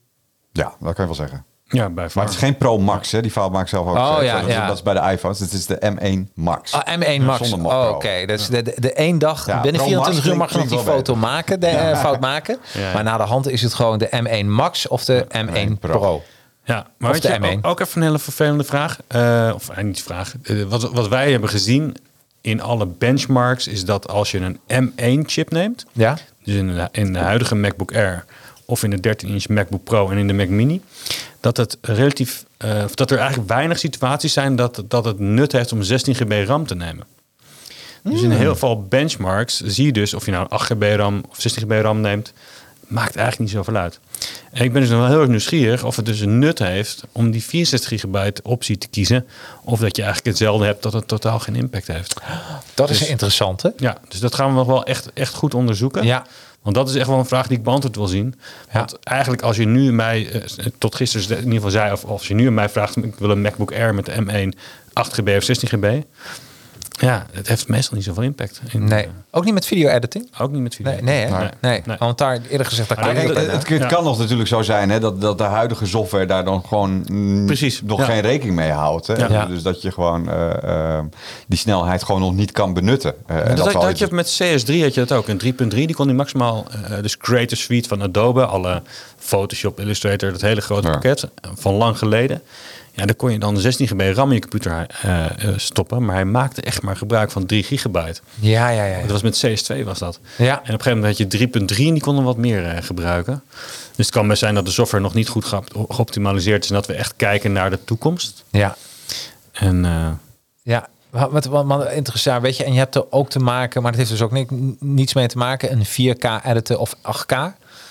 Ja, dat kan je wel zeggen. Ja, bij maar het is geen Pro Max, hè? Die fout maakt zelf ook. Oh, ja, dat, ja. Is, dat is bij de iPhones. Het is de M één Max. Oh, M één Max. Zonder oh, Oké, okay. Dus de, de, de één dag, ja, binnen Pro vierentwintig uur mag je nog die foto beter. maken, de, ja. uh, fout maken. Ja, ja. Maar na de hand is het gewoon de M één Max of de ja, M één Pro. Pro. Ja, maar weet je, ook, ook even een hele vervelende vraag. Uh, of uh, niet vraag. Uh, wat, wat wij hebben gezien in alle benchmarks is dat als je een M één chip neemt, ja? dus in de, in de huidige MacBook Air of in de dertien inch MacBook Pro en in de Mac Mini, dat het relatief, uh, dat er eigenlijk weinig situaties zijn dat, dat het nut heeft om zestien gigabyte RAM te nemen. Mm. Dus in heel veel benchmarks zie je dus of je nou acht gigabyte RAM of zestien gigabyte RAM neemt, maakt eigenlijk niet zoveel uit. En ik ben dus nog wel heel erg nieuwsgierig of het dus een nut heeft om die vierenzestig gigabyte optie te kiezen. Of dat je eigenlijk hetzelfde hebt dat het totaal geen impact heeft. Dat dus, is interessant, hè? Ja, dus dat gaan we nog wel echt, echt goed onderzoeken. Ja. Want dat is echt wel een vraag die ik beantwoord wil zien. Want ja. eigenlijk als je nu mij, tot gisteren in ieder geval zei, of als je nu aan mij vraagt, ik wil een MacBook Air met de M één acht gigabyte of zestien gigabyte. Ja, het heeft meestal niet zoveel impact. In, nee, ook niet met video-editing? Ook niet met video. Nee, nee, nee, nee. nee. Want daar eerder gezegd... Dat het, het, het, het kan ja. nog natuurlijk zo zijn hè, dat, dat de huidige software daar dan gewoon Precies. nog ja. geen rekening mee houdt. Hè? Ja. Dus dat je gewoon uh, uh, die snelheid gewoon nog niet kan benutten. Uh, dat, dat, dat had je met C S drie had je dat ook. In drie punt drie die kon die maximaal, uh, dus Creator Suite van Adobe, alle Photoshop, Illustrator, dat hele grote ja. pakket van lang geleden. Ja, daar kon je dan zestien gigabyte RAM in je computer uh, uh, stoppen. Maar hij maakte echt maar gebruik van drie gigabyte. Ja, ja, ja. Dat was met C S twee was dat. Ja. En op een gegeven moment had je drie punt drie en die konden wat meer uh, gebruiken. Dus het kan best zijn dat de software nog niet goed ge- geoptimaliseerd is. En dat we echt kijken naar de toekomst. Ja. En uh, ja. Wat, wat, wat interessant, weet je, en je hebt er ook te maken, maar het heeft dus ook ni- niets mee te maken, een vier K editen of acht K.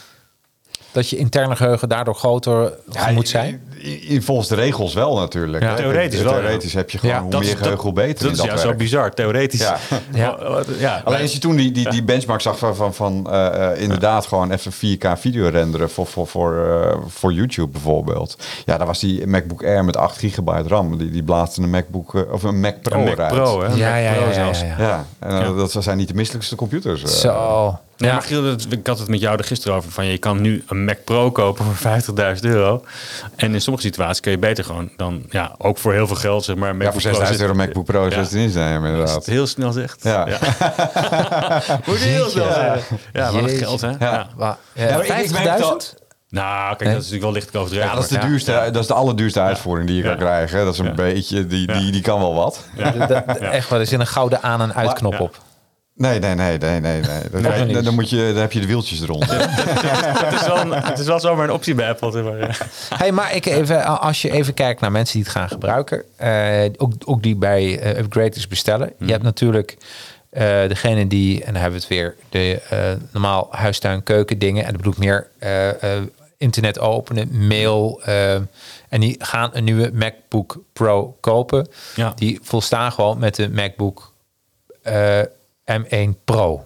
Dat je interne geheugen daardoor groter ja, moet zijn? Volgens de regels wel natuurlijk. Ja, theoretisch wel. Theoretisch ja. heb je gewoon ja, hoe meer geheugen, hoe beter. Dat is dat ja, zo bizar, theoretisch. Ja. Ja. Ja. Alleen als je toen die, die, die benchmark zag van, van, van uh, inderdaad gewoon even vier K video renderen voor, voor, voor, uh, voor YouTube bijvoorbeeld. Ja, daar was die MacBook Air met acht gigabyte RAM. Die, die blaasde een MacBook uh, of een Mac Pro een Mac eruit. Pro, hè? Ja, ja, ja, zelfs. ja, ja. ja. En, uh, dat zijn niet de misselijkste computers. Uh. Zo. Nee, ja. maar Giel, ik had het met jou er gisteren over. Van je kan nu een Mac Pro kopen voor vijftigduizend euro. En in sommige situaties kun je beter gewoon dan, ja, ook voor heel veel geld, zeg maar. Ja, voor zesduizend euro MacBook Pro zestien inch nemen, inderdaad. Als het heel snel zegt. Ja. ja. Moet je heel snel zeggen. Ja, wat een geld, hè? Ja. Ja. Ja. Ja, vijftigduizend? Nou, kijk, nee. dat is natuurlijk wel licht overdreven. Ja, dat is de duurste, ja. dat is de allerduurste ja. uitvoering die je ja. kan krijgen. Dat is een ja. beetje, die, die, die kan wel wat. Ja. De, de, de, echt wel, er zit een gouden aan- en uitknop ja. op. Nee, nee, nee, nee, nee. nee. Dan, dan, dan, moet je, dan heb je de wieltjes eronder. Het is wel, een, het is wel zomaar een optie bij Apple. Zeg maar. Hey, maar ik even, als je even kijkt naar mensen die het gaan gebruiken, uh, ook, ook die bij uh, Upgrade is bestellen. Mm. Je hebt natuurlijk Uh, degene die, en dan hebben we het weer, de uh, normaal huistuin keuken dingen. En dat bedoel ik meer uh, uh, internet openen, mail. Uh, en die gaan een nieuwe MacBook Pro kopen. Ja. Die volstaan gewoon met de MacBook uh, M één Pro.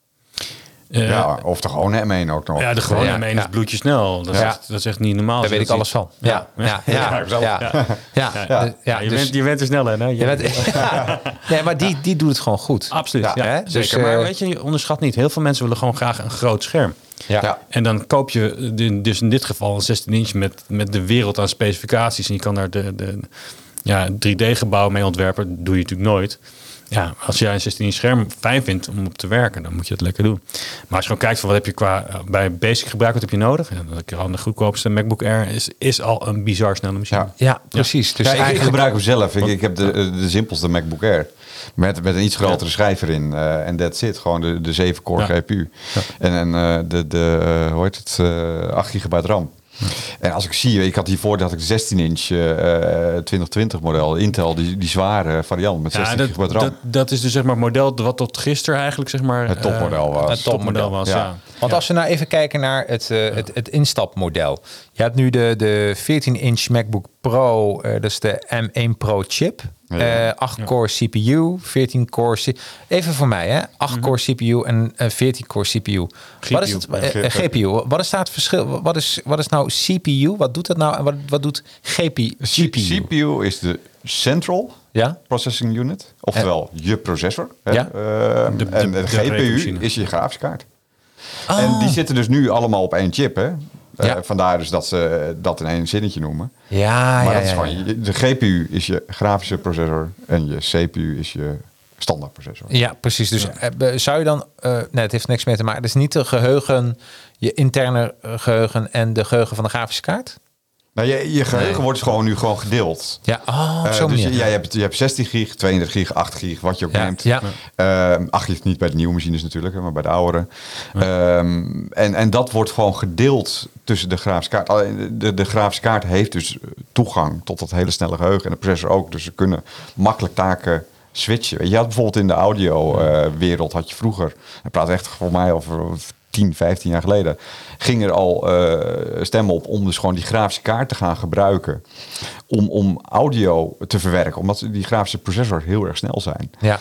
Uh, ja, of de gewone M één ook nog. Ja, de gewone ja, M één ja. is bloedje snel. Dat, ja. is, dat is echt niet normaal. Daar weet ik alles van. Ja, ja, ja, ja, ja, ja, ja, ja, ja, ja. Je, dus, bent, je bent er snel in, hè? Je, je bent, ja. Nee, maar die, die doet het gewoon goed. Absoluut, ja. ja. ja. Dus, Zeker. Maar uh, weet je, je onderschat niet. Heel veel mensen willen gewoon graag een groot scherm. Ja. Ja. En dan koop je dus in dit geval een zestien inch met, met de wereld aan specificaties. En je kan daar de, de ja, drie D-gebouw mee ontwerpen. Dat doe je natuurlijk nooit. Ja, als jij een zestien inch scherm fijn vindt om op te werken, dan moet je het lekker doen. Maar als je gewoon kijkt van wat heb je qua bij basic gebruik, wat heb je nodig? En dat gewoon de goedkoopste MacBook Air is, is al een bizar snelle machine. Ja, ja precies. Ja. Dus ja, ik, eigenlijk... ik gebruik hem zelf. Ik, ik heb de, de simpelste MacBook Air. Met, met een iets grotere ja. schijver in. En uh, that's it. Gewoon de, de zeven core ja. G P U. Ja. En, en uh, de, de uh, hoe heet het? Uh, acht gigabyte RAM. Ja. En als ik zie, ik had hiervoor dat ik zestien inch uh, twintig twintig model, Intel, die, die zware variant met zestien ja, gigabyte RAM. Dat, dat is dus zeg maar het model wat tot gisteren eigenlijk zeg maar het topmodel was. Uh, het topmodel was, ja. ja. Want als we nou even kijken naar het, uh, het, het instapmodel. Je hebt nu de, de veertien inch MacBook Pro, uh, dat is de M één Pro chip. Ja. Uh, acht core ja. C P U, veertien core... C- Even voor mij, hè? acht mm-hmm. core C P U en uh, veertien core C P U. G P U. Wat is het? Uh, uh, G P U. Wat is daar het verschil? Wat is, wat is nou C P U? Wat doet dat nou? En wat, wat doet G P U? C P U? C P U is de Central ja? Processing Unit. Oftewel en? je processor. Hè? Ja? Uh, de, de, en de, de G P U is je grafische kaart. Oh. En die zitten dus nu allemaal op één chip, hè? Ja. Uh, vandaar dus dat ze dat in één zinnetje noemen. Ja, maar ja, dat is ja, gewoon, ja. de G P U is je grafische processor en je C P U is je standaard processor. Ja, precies. Dus ja. zou je dan... Uh, nee, het heeft niks mee te maken. Het is niet de geheugen, je interne geheugen en de geheugen van de grafische kaart? Nou, je, je geheugen nee. wordt dus gewoon nu gewoon gedeeld. Ja, oh, uh, zo dus je, ja, je, hebt, je hebt zestien gig, tweeëndertig gig, acht gig, wat je ook ja, neemt. Ja. Uh, acht gig niet bij de nieuwe machines natuurlijk, maar bij de oudere. Ja. Um, en, en dat wordt gewoon gedeeld tussen de grafische kaart. Alleen de, de grafische kaart heeft dus toegang tot dat hele snelle geheugen. En de processor ook. Dus ze kunnen makkelijk taken switchen. Je had bijvoorbeeld in de audio uh, wereld had je vroeger, ik praat echt voor mij over tien, vijftien jaar geleden, ging er al uh, stemmen op om dus gewoon die grafische kaart te gaan gebruiken om, om audio te verwerken, omdat die grafische processor heel erg snel zijn. Ja.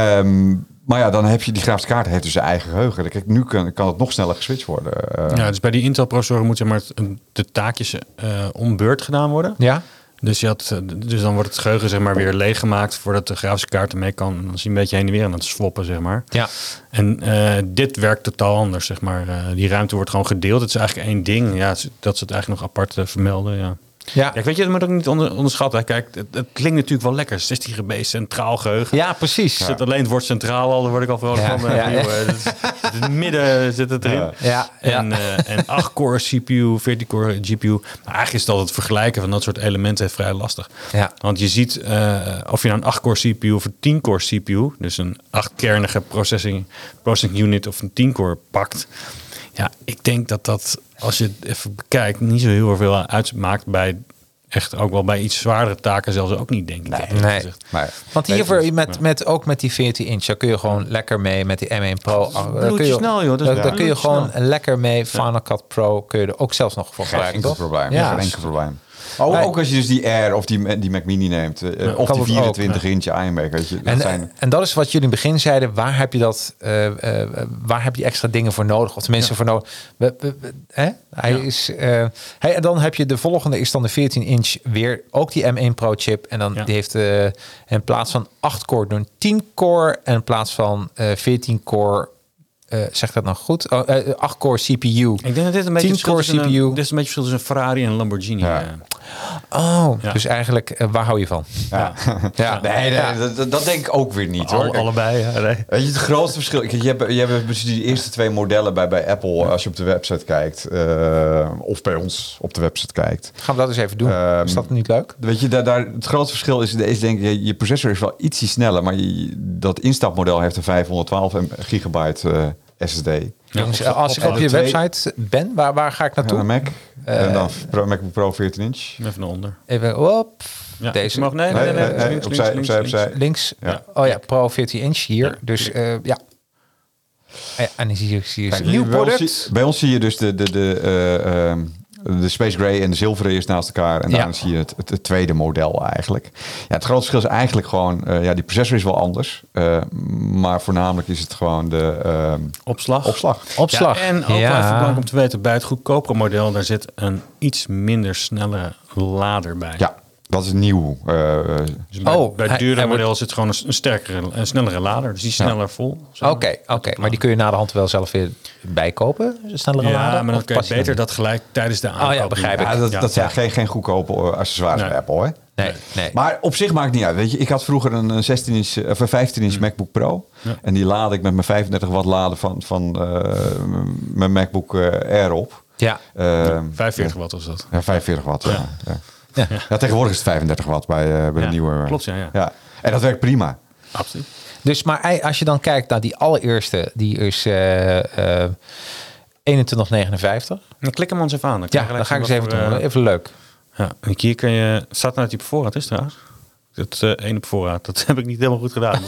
Um, maar ja, dan heb je die grafische kaart, heeft dus zijn eigen geheugen. Kijk, nu kan, kan het nog sneller geswitcht worden. Uh, ja, dus bij die Intel-processoren moeten maar de taakjes uh, om beurt gedaan worden. Ja. Dus, je had, dus dan wordt het geheugen zeg maar weer leeggemaakt voordat de grafische kaart ermee kan. En dan is hij een beetje heen en weer aan het swappen, zeg maar. Ja. En uh, dit werkt totaal anders, zeg maar. Uh, die ruimte wordt gewoon gedeeld. Het is eigenlijk één ding. Ja, dat ze het eigenlijk nog apart uh, vermelden, ja. Ja. Kijk, weet je, dat moet ook niet onder, onderschatten. Kijk, het, het klinkt natuurlijk wel lekker. zestien gigabyte centraal geheugen. Ja, precies. Zit alleen het woord centraal al, daar word ik al vrolijk ja, van. Uh, ja, ja. Joh, het, in het midden zit het erin. Ja, ja, en, ja. Uh, en acht core C P U, veertien core G P U. Maar eigenlijk is het altijd het vergelijken van dat soort elementen vrij lastig. Ja. Want je ziet, uh, of je nou een acht core C P U of een tien core C P U, dus een achtkernige processing, processing unit of een tien core pakt. Ja, ik denk dat dat, als je het even bekijkt, niet zo heel veel uitmaakt bij... Echt ook wel bij iets zwaardere taken zelfs ook niet, denk ik. Nee, nee. nee. Want hiervoor, met, met, ook met die veertien inch, daar kun je gewoon lekker mee met die M één Pro. Daar kun je, snel, joh. Daar, ja. daar kun je gewoon snel. lekker mee. Final Cut Pro kun je er ook zelfs nog voor gebruiken. Geen enkel probleem. Ja. Geen enkel probleem. Oh, nee. Ook als je dus die Air of die, die Mac Mini neemt. Uh, ja, of die vierentwintig inch iMac. Weet je, dat en, zijn... en dat is wat jullie in het begin zeiden. Waar heb je dat? Uh, uh, waar heb je extra dingen voor nodig? Of tenminste ja. voor nodig. We, we, we, hè? Hij ja. is. Uh, hey, en dan heb je de volgende is dan de veertien inch weer. Ook die M één Pro chip. En dan ja. die heeft uh, in plaats van acht core doen tien core. En in plaats van uh, veertien core. Uh, zeg dat nog goed? Oh, uh, acht core C P U. Ik denk dat dit een beetje tien core C P U. Een, dit is een beetje verschil tussen een Ferrari en een Lamborghini. Ja. Oh, ja. Dus eigenlijk, uh, waar hou je van? Ja. ja. Nee, nee ja. Dat, dat denk ik ook weer niet, hoor. Alle, allebei, ja, nee. Weet je, het grootste verschil... Kijk, je hebt, je hebt dus die eerste twee modellen bij, bij Apple, ja. als je op de website kijkt. Uh, of bij ons op de website kijkt. Gaan we dat eens even doen? Um, is dat niet leuk? Weet je, daar, daar, het grootste verschil is, is denk ik, je processor is wel ietsje sneller, maar je, dat instapmodel heeft een vijfhonderdtwaalf gigabyte uh, S S D. Ja, Jongens, als ik op je website ben, waar, waar ga ik naartoe? Ja, Mac. Uh, en dan Pro, MacBook Pro veertien inch. Even naar onder. Even op. Ja, Deze. Mag, nee, nee, nee, nee, nee, nee, links, opzij, links, opzij, links, opzij. Links. Ja. Oh ja, Pro veertien inch hier. Ja, Dus uh, ja. Ja, en dan zie je, zie je Kijk, een nieuw bij ons product. zie- Bij ons zie je dus de, de, de, uh, um, de Space Gray en de zilveren eerst naast elkaar. En Ja. daarna zie je het, het, het tweede model eigenlijk. Ja, het grote verschil is eigenlijk gewoon... Uh, ja, die processor is wel anders. Uh, maar voornamelijk is het gewoon de uh, Opslag. opslag. Opslag. Ja, en ook Ja. wel even belangrijk om te weten, bij het goedkopere model, daar zit een iets minder snelle lader bij. Ja, dat is nieuw. Uh, Dus bij, Oh, bij hij- het duurdere hij wordt- model zit gewoon een, een sterkere, een snellere lader. Dus die is sneller vol. zeg Oké, maar. oké. Maar die kun je na de hand wel zelf weer bijkopen? Een snellere Ja, lader? maar dan Of kun je pas je beter dan- dat gelijk tijdens de aankoop ja, begrijp doen. ik. ja, dat, Ja. dat zijn Ja. geen, geen goedkope accessoires Nee. bij Apple, hè? Nee, nee. Maar op zich maakt het niet uit. Weet je, ik had vroeger een zestien inch of een vijftien inch MacBook Pro. Ja. En die laad ik met mijn vijfendertig watt laden van, van uh, mijn MacBook uh, Air op. Ja. Uh, vijfenveertig watt was dat. Ja, vijfenveertig watt. Ja. Ja. Ja. Ja, tegenwoordig is het vijfendertig watt bij, uh, bij Ja, de nieuwe. klopt, ja, ja. ja. En dat werkt prima. Absoluut. Dus maar ei- als je dan kijkt naar die allereerste, die is uh, uh, eenentwintig negenenvijftig. Dan klik hem ons even aan. Dan Ja, krijg je dan ga ik eens gelijk even wat doen. voor, uh, Even leuk. Ja, en hier kun je... Staat nou dat die op voorraad is trouwens? Dat uh, één op voorraad. Dat heb ik niet helemaal goed gedaan.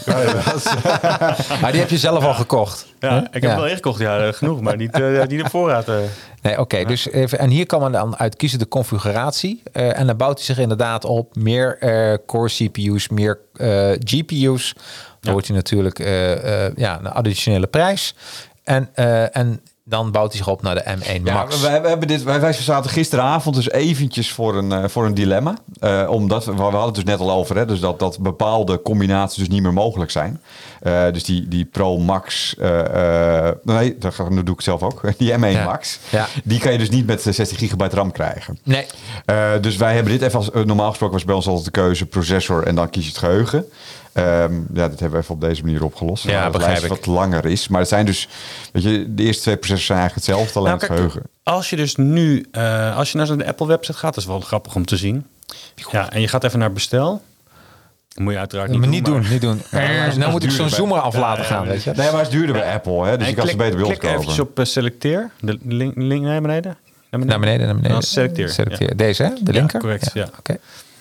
Maar die heb je zelf al gekocht. Ja, Huh? ik heb Ja. hem wel ingekocht, ja, uh, genoeg. Maar niet, uh, niet op voorraad. Uh. Nee, oké. Okay, dus even, en hier kan men dan uit kiezen de configuratie. Uh, en dan bouwt hij zich inderdaad op meer uh, core C P U's, meer uh, G P U's. Dan Ja. wordt hij natuurlijk uh, uh, ja, een additionele prijs. En, uh, en dan bouwt hij zich op naar de M één Ja, Max. wij, wij, hebben dit, wij, wij zaten gisteravond dus eventjes voor een, uh, voor een dilemma. Uh, omdat, we, we hadden het dus net al over, hè, dus dat, dat bepaalde combinaties dus niet meer mogelijk zijn. Uh, dus die, die Pro Max, uh, uh, nee, dat, ga- nu doe ik het zelf ook. Die M één Ja. Max, Ja. die kan je dus niet met zestig gigabyte RAM krijgen. Nee. Uh, dus wij hebben dit even als, uh, normaal gesproken was bij ons altijd de keuze processor en dan kies je het geheugen. Um, ja, dit hebben we even op deze manier opgelost. Ja, Waar het begrijp lijstje ik. wat langer is. Maar het zijn dus, weet je, de eerste twee processors zijn eigenlijk hetzelfde, alleen Nou, het kijk, geheugen. als je dus nu, uh, als je naar de Apple website gaat, dat is wel grappig om te zien. Ja, en je gaat even naar bestel. Dat moet je uiteraard niet Maar doen. niet doen, maar- niet doen. maar nou moet ik zo'n duurder zoomer af Ja, laten ja, gaan, ja, weet je. Nee, maar het is duurder bij Apple, hè? Dus En je kan ze klik, beter bij ons klik kopen. eventjes op uh, selecteer. De link, link naar beneden. Naar Naar beneden, naar beneden. Dan selecteer. Selecteer. Ja. Deze, hè? De linker? correct, ja. Oké.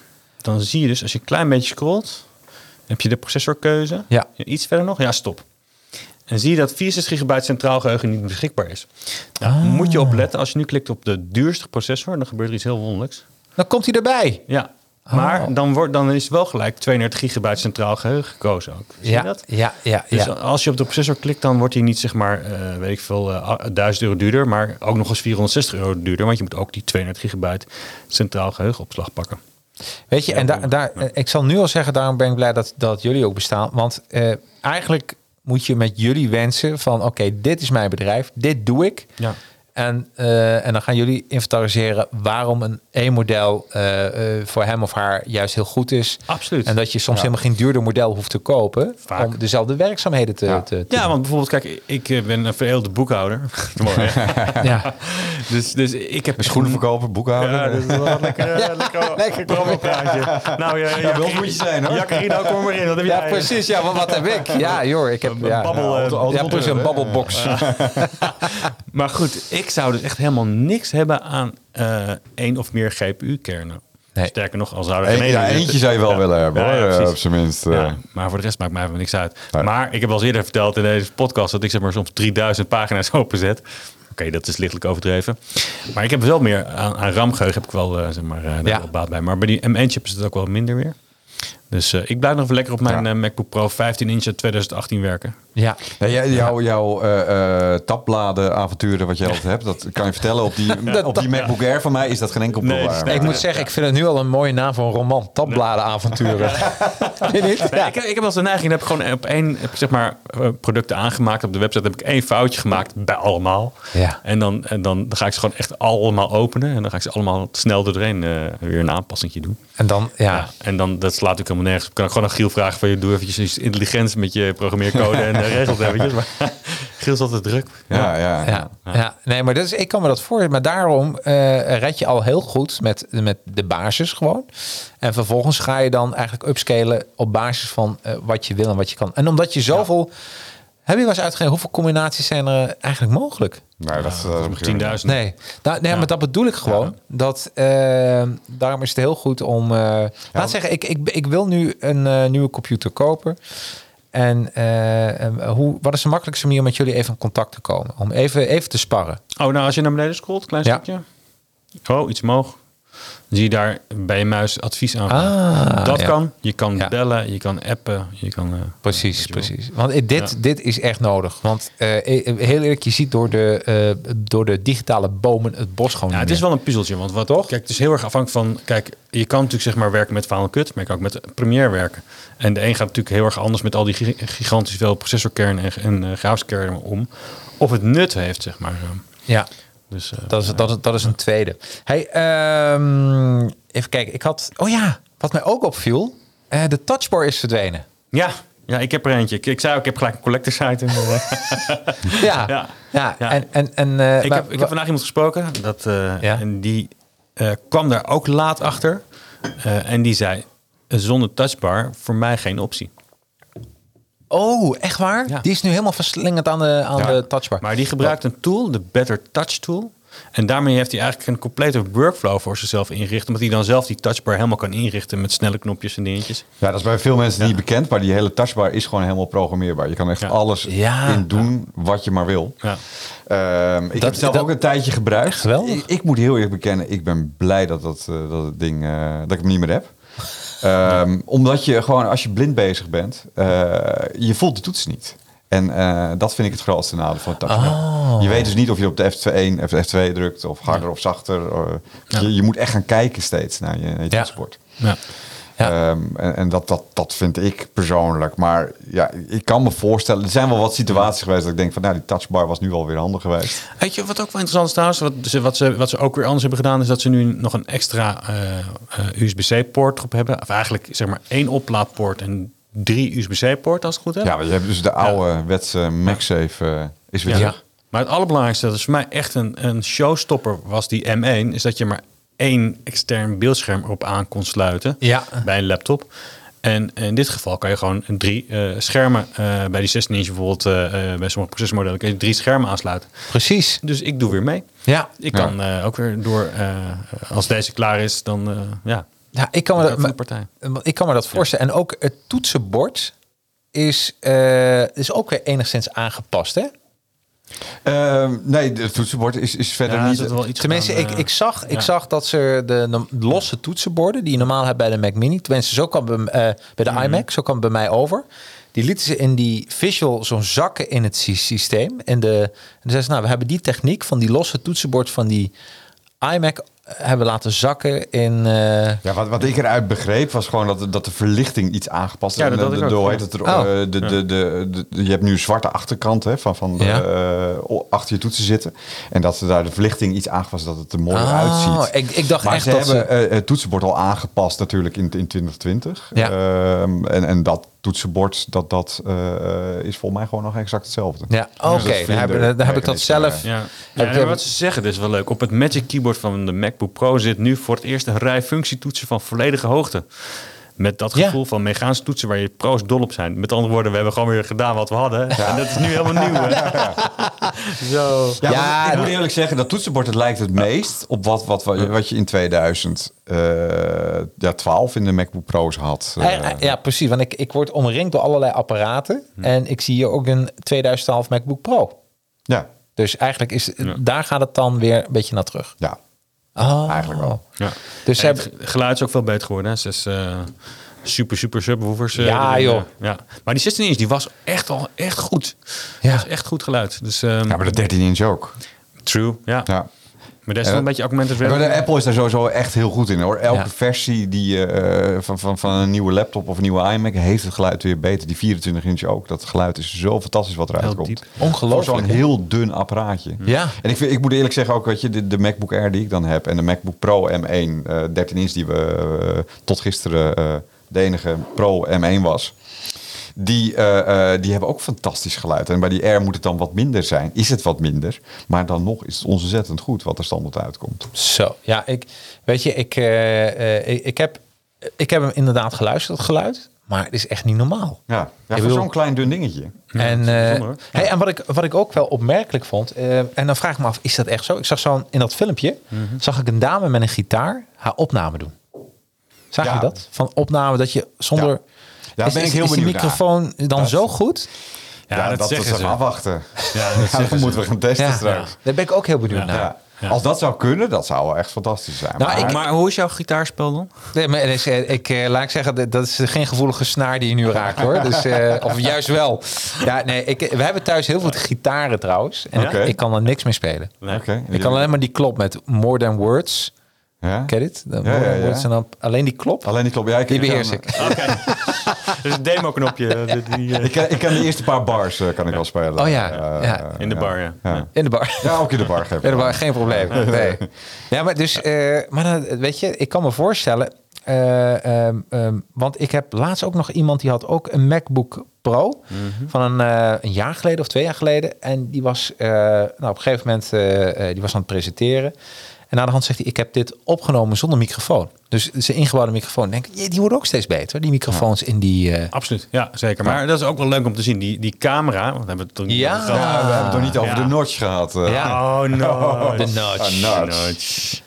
Dan zie je dus, als je een klein beetje scrolt, heb je de processorkeuze. Ja. Iets verder nog? Ja, stop. En zie je dat vierenzestig gigabyte centraal geheugen niet beschikbaar is. Nou, Ah. moet je opletten, als je nu klikt op de duurste processor, dan gebeurt er iets heel wonderlijks. Dan komt hij erbij. Ja, maar Oh. dan, wordt, dan is wel gelijk tweeëndertig gigabyte centraal geheugen gekozen ook. Zie Ja, je dat? ja, ja, Dus ja. als je op de processor klikt, dan wordt hij niet zeg maar, uh, weet ik veel, uh, duizend euro duurder, maar ook nog eens vierhonderdzestig euro duurder, want je moet ook die tweeëndertig gigabyte centraal geheugenopslag pakken. Weet je, en daar, daar, ik zal nu al zeggen, daarom ben ik blij dat, dat jullie ook bestaan. Want uh, eigenlijk moet je met jullie wensen van, oké, okay, dit is mijn bedrijf, dit doe ik. Ja. En, uh, en dan gaan jullie inventariseren waarom een E-model uh, uh, voor hem of haar juist heel goed is. Absoluut. En dat je soms Ja. helemaal geen duurder model hoeft te kopen Vaak. om dezelfde werkzaamheden te, Ja. te, te Ja, want bijvoorbeeld, kijk, ik uh, ben een vereelde boekhouder. Mooi, hè? ja. dus, dus ik heb... Schoenenverkoper, boekhouder. Ja, dat is wel een lekker, uh, lekker, lekker promoppraatje. Nou, ja, Ja, bij ons moet je zijn, hoor. Jacqueline, kom maar in. Wat heb Ja, jij? precies. Ja, maar wat heb ik? Ja, joh, ik heb Een ja, babbel, ja, eh, ja, ja, precies, een babbelbox. Maar goed, ik zou dus echt helemaal niks hebben aan uh, één of meer G P U-kernen. Nee. Sterker nog, al zou er Eén- geen ja, ene eentje zou je wel Ja. willen hebben, Ja, ja, hoor. precies. Op zijn minst. uh. Ja, maar voor de rest maakt mij helemaal niks uit. Nee. Maar ik heb al eens eerder verteld in deze podcast dat ik zeg maar soms drieduizend pagina's openzet. Oké, okay, dat is lichtelijk overdreven. Maar ik heb wel meer aan, aan RAM-geheugen heb ik wel, uh, zeg maar, uh, daar Ja. wel baat bij. Maar bij die M één-chip is het ook wel minder weer. Dus uh, ik blijf nog even lekker op mijn Ja. uh, MacBook Pro vijftien inch uit twintig achttien werken. Ja. Ja, jij- jouw jouw uh, uh, tabbladen avonturen wat je altijd hebt, dat kan je vertellen. Op die, op die MacBook Air van mij is dat geen enkel Nee, probleem. nee, Ik moet zeggen, ik vind het nu al een mooie naam voor een roman. Tabbladenavonturen. Vind je niet? Nee, Ja. ik, heb, ik heb wel eens de neiging, heb ik gewoon op één heb ik zeg maar uh, producten aangemaakt op de website. Heb ik één foutje gemaakt bij allemaal. Ja. En, dan, en dan, dan ga ik ze gewoon echt allemaal openen. En dan ga ik ze allemaal snel doorheen uh, weer een aanpassing doen. En dan, ja. Ja, en dan, dat slaat natuurlijk helemaal nergens op. Kan ik gewoon aan Giel vragen van je doe eventjes iets intelligents met je programmeercode en uh, regelt eventjes. Maar Giel is altijd druk. Ja, ja. Ja, ja, nee, maar dat is, ik kan me dat voor. Maar daarom uh, red je al heel goed met, met de basis gewoon. En vervolgens ga je dan eigenlijk upscalen op basis van uh, wat je wil en wat je kan. En omdat je zoveel Heb je wel eens uitgegeven hoeveel combinaties zijn er eigenlijk mogelijk? Nou, dat, Ja, dat dat tienduizend. Nee, nou, nee Ja. maar dat bedoel ik gewoon. Ja. Dat, uh, daarom is het heel goed om... Uh, ja. Laat zeggen, ik, ik, ik wil nu een uh, nieuwe computer kopen. En uh, hoe, wat is de makkelijkste manier om met jullie even in contact te komen? Om even, even te sparren. Oh, nou, als je naar beneden scrolt, klein ja. stukje. Oh, iets omhoog. Dan zie je daar bij je muis advies aan. Ah, dat ja. kan. Je kan ja. bellen, je kan appen. Je kan, uh, precies, precies. Want dit, ja. dit is echt nodig. Want uh, heel eerlijk, je ziet door de, uh, door de digitale bomen het bos gewoon ja, niet het is meer. wel een puzzeltje. Want wat toch? Kijk, het is heel erg afhankelijk van... Kijk, je kan natuurlijk zeg maar werken met Final Cut. Maar je kan ook met Premiere werken. En de een gaat natuurlijk heel erg anders met al die gigantisch veel processorkernen en, en uh, grafiskernen om. Of het nut heeft, zeg maar. Ja. Dus, uh, dat, is, dat, is, dat is een tweede. Hey, um, even kijken. Ik had... Oh ja, wat mij ook opviel. Uh, de touchbar is verdwenen. Ja, ja, ik heb er eentje. Ik, ik zei ook, ik heb gelijk een collector site. ja, ja, ja. ja. En, en, en, uh, ik, maar, heb, ik heb vandaag iemand gesproken. Dat, uh, ja? En die uh, kwam daar ook laat achter. Uh, en die zei, zonder touchbar voor mij geen optie. Oh, echt waar? Ja. Die is nu helemaal verslingerd aan de, aan ja. de touchbar. Maar die gebruikt een tool, de Better Touch tool. En daarmee heeft hij eigenlijk een complete workflow voor zichzelf ingericht. Omdat hij dan zelf die touchbar helemaal kan inrichten met snelle knopjes en dingetjes. Ja, dat is bij veel mensen ja. niet bekend. Maar die hele touchbar is gewoon helemaal programmeerbaar. Je kan echt ja. alles ja. in doen wat je maar wil. Ja. Um, ik dat, heb het zelf dat, ook een tijdje gebruikt. Geweldig. Ik, ik moet heel eerlijk bekennen, ik ben blij dat, dat, uh, dat het ding, uh, dat ik hem niet meer heb. Um, omdat je gewoon, als je blind bezig bent, uh, je voelt de toets niet. En uh, dat vind ik het grootste nadeel van het touchbar. Oh. Je weet dus niet of je op de F één of F twee drukt, of harder ja. of zachter. Of, ja. je, je moet echt gaan kijken steeds naar je, naar je toetsenbord. Ja. Ja. Um, en en dat, dat, dat vind ik persoonlijk. Maar ja, ik kan me voorstellen, er zijn wel wat situaties geweest dat ik denk van, nou, die touchbar was nu alweer handig geweest. Weet je wat ook wel interessant is trouwens? Wat ze, wat, ze, wat ze ook weer anders hebben gedaan, is dat ze nu nog een extra uh, uh, U S B C-poort op hebben. Of eigenlijk zeg maar één oplaadpoort en drie U S B C-poorten, als het goed is. Ja, je hebt dus de oude ja. wetse MagSafe uh, is weer ja. Maar het allerbelangrijkste, dat is voor mij echt een, een showstopper was die M één, is dat je maar één extern beeldscherm op aan kon sluiten ja. bij een laptop. En in dit geval kan je gewoon drie uh, schermen, uh, bij die zestien inch bijvoorbeeld, uh, uh, bij sommige processormodellen kun je drie schermen aansluiten. Precies. Dus ik doe weer mee. Ja. Ik kan ja. uh, ook weer door, uh, als deze klaar is, dan uh, ja. Ja, ik kan me dat, partij. ik kan me dat voorstellen. Ja. En ook het toetsenbord is, uh, is ook weer enigszins aangepast, hè? Uh, nee, het toetsenbord is, is verder ja, niet... Is wel iets tenminste, gedaan, ik, uh, ik, zag, ja. ik zag dat ze de, de losse toetsenborden... die je normaal hebt bij de Mac Mini... tenminste, zo kan bij, uh, bij de mm-hmm. iMac, zo kan bij mij over... die lieten ze in die visual zo'n zakken in het systeem. En, de, en dan zeiden ze, nou, we hebben die techniek... van die losse toetsenbord van die iMac... hebben laten zakken in... Uh... Ja, wat, wat ik eruit begreep was gewoon dat, dat de verlichting iets aangepast is. Ja, dat, dat de, ik de, ook. heet het er, oh. uh, de, de, de, de, de, je hebt nu een zwarte achterkant hè, van, van de, ja. uh, achter je toetsen zitten. En dat ze daar de verlichting iets aangepast dat het er mooier oh, uitziet. Ik, ik dacht maar echt ze dat hebben ze... uh, het toetsenbord al aangepast natuurlijk in, in twintig twintig. Ja. Uh, en, en dat toetsenbord, dat, dat uh, is volgens mij gewoon nog exact hetzelfde. Ja, oké. Okay. Dus daar heb, heb ik dat zelf... Ja. Ja, ja, wat ze zeggen, dit is wel leuk. Op het Magic Keyboard van de MacBook Pro zit nu voor het eerst een rij functietoetsen van volledige hoogte. Met dat gevoel ja. van mechanische toetsen waar je pro's dol op zijn. Met andere woorden, we hebben gewoon weer gedaan wat we hadden. Ja. En dat is nu helemaal nieuw. Hè? Ja. Zo. Ja, ja, ik moet eerlijk zeggen, dat toetsenbord het lijkt het meest op wat, wat, wat je in tweeduizend twaalf in de MacBook Pro's had. Ja, ja precies. Want ik, ik word omringd door allerlei apparaten. Hm. En ik zie hier ook een tweeduizend twaalf MacBook Pro. Ja. Dus eigenlijk is ja. daar gaat het dan weer een beetje naar terug. Ja. Oh. Eigenlijk wel. Ja. Dus hebben... Het geluid is ook veel beter geworden. Hè? Dus, uh, super, super subwoofers. Uh, ja, erin, joh. Uh, ja. Maar die zestien inch die was echt al echt goed. Ja. Was echt goed geluid. Dus, um, ja, maar de dertien inch ook. True, ja. ja. Maar daar is wel een beetje augmented reality. Maar de Apple is daar sowieso echt heel goed in hoor. Elke ja. versie die, uh, van, van, van een nieuwe laptop of een nieuwe iMac heeft het geluid weer beter. Die vierentwintig inch ook. Dat geluid is zo fantastisch wat eruit heel komt. Diep. Ongelooflijk. Voor zo'n heel dun apparaatje. Ja. En ik, vind, ik moet eerlijk zeggen ook, weet je, de, de MacBook Air die ik dan heb en de MacBook Pro M één, uh, dertien inch die we uh, tot gisteren uh, de enige Pro M één was. Die, uh, uh, die hebben ook fantastisch geluid. En bij die Air moet het dan wat minder zijn. Is het wat minder. Maar dan nog is het ontzettend goed wat er standaard uitkomt. Zo, ja, ik weet je, ik, uh, uh, ik, ik, heb, ik heb hem inderdaad geluisterd, het geluid. Maar het is echt niet normaal. Ja, ja voor bedoel, zo'n klein dun dingetje. En, Ja, uh, hey, en wat, ik, wat ik ook wel opmerkelijk vond... Uh, en dan vraag ik me af, is dat echt zo? Ik zag zo in dat filmpje... Mm-hmm. zag ik een dame met een gitaar haar opname doen. Zag ja. je dat? Van opname dat je zonder... Ja. Ja, is, ben ik is, heel is die benieuwd microfoon naar. dan dat, zo goed? Ja, ja dat, dat zeggen ze. Afwachten. Ja, dat ja, dan moeten we gaan testen ja. straks. Ja. Daar ben ik ook heel benieuwd ja. naar. Ja. Ja. Als dat zou kunnen, dat zou wel echt fantastisch zijn. Nou, maar, ik, maar hoe is jouw gitaarspel dan? Nee, maar ik, ik, laat ik zeggen, dat is geen gevoelige snaar die je nu raakt, hoor. Dus, uh, of juist wel. Ja, nee, ik, we hebben thuis heel veel gitaren trouwens. En ja? ik, ik kan er niks mee spelen. Nee. Okay. Ik kan alleen maar die klop met More Than Words. Ja? Ken je dit? Ja, ja, ja. Words en dan alleen die klop. Alleen die klop, ja. Ik die beheers ik. Oké. Okay. Dus een demo-knopje. Die, die, uh... ik, kan, ik kan de eerste paar bars uh, kan ik wel spelen. Oh ja. Uh, ja. In de bar, ja. ja. In de bar. Ja, ook in de bar. Geen in de bar, geen probleem. Nee. Ja, maar dus, uh, maar dan, weet je, ik kan me voorstellen, uh, um, um, want ik heb laatst ook nog iemand die had ook een MacBook Pro mm-hmm. van een, uh, een jaar geleden of twee jaar geleden. En die was, uh, nou, op een gegeven moment, uh, uh, die was aan het presenteren. En na de hand zegt hij, ik heb dit opgenomen zonder microfoon. Dus zijn ingebouwde microfoon. Denk ik, die worden ook steeds beter. Die microfoons ja. in die... Uh... Absoluut, ja, zeker. Maar ja. dat is ook wel leuk om te zien. Die, die camera, want we hebben het toch niet ja. over gehad. Ja, we hebben het toch niet over ja. de notch gehad. Uh. Ja. Oh, no. De notch. A notch. notch.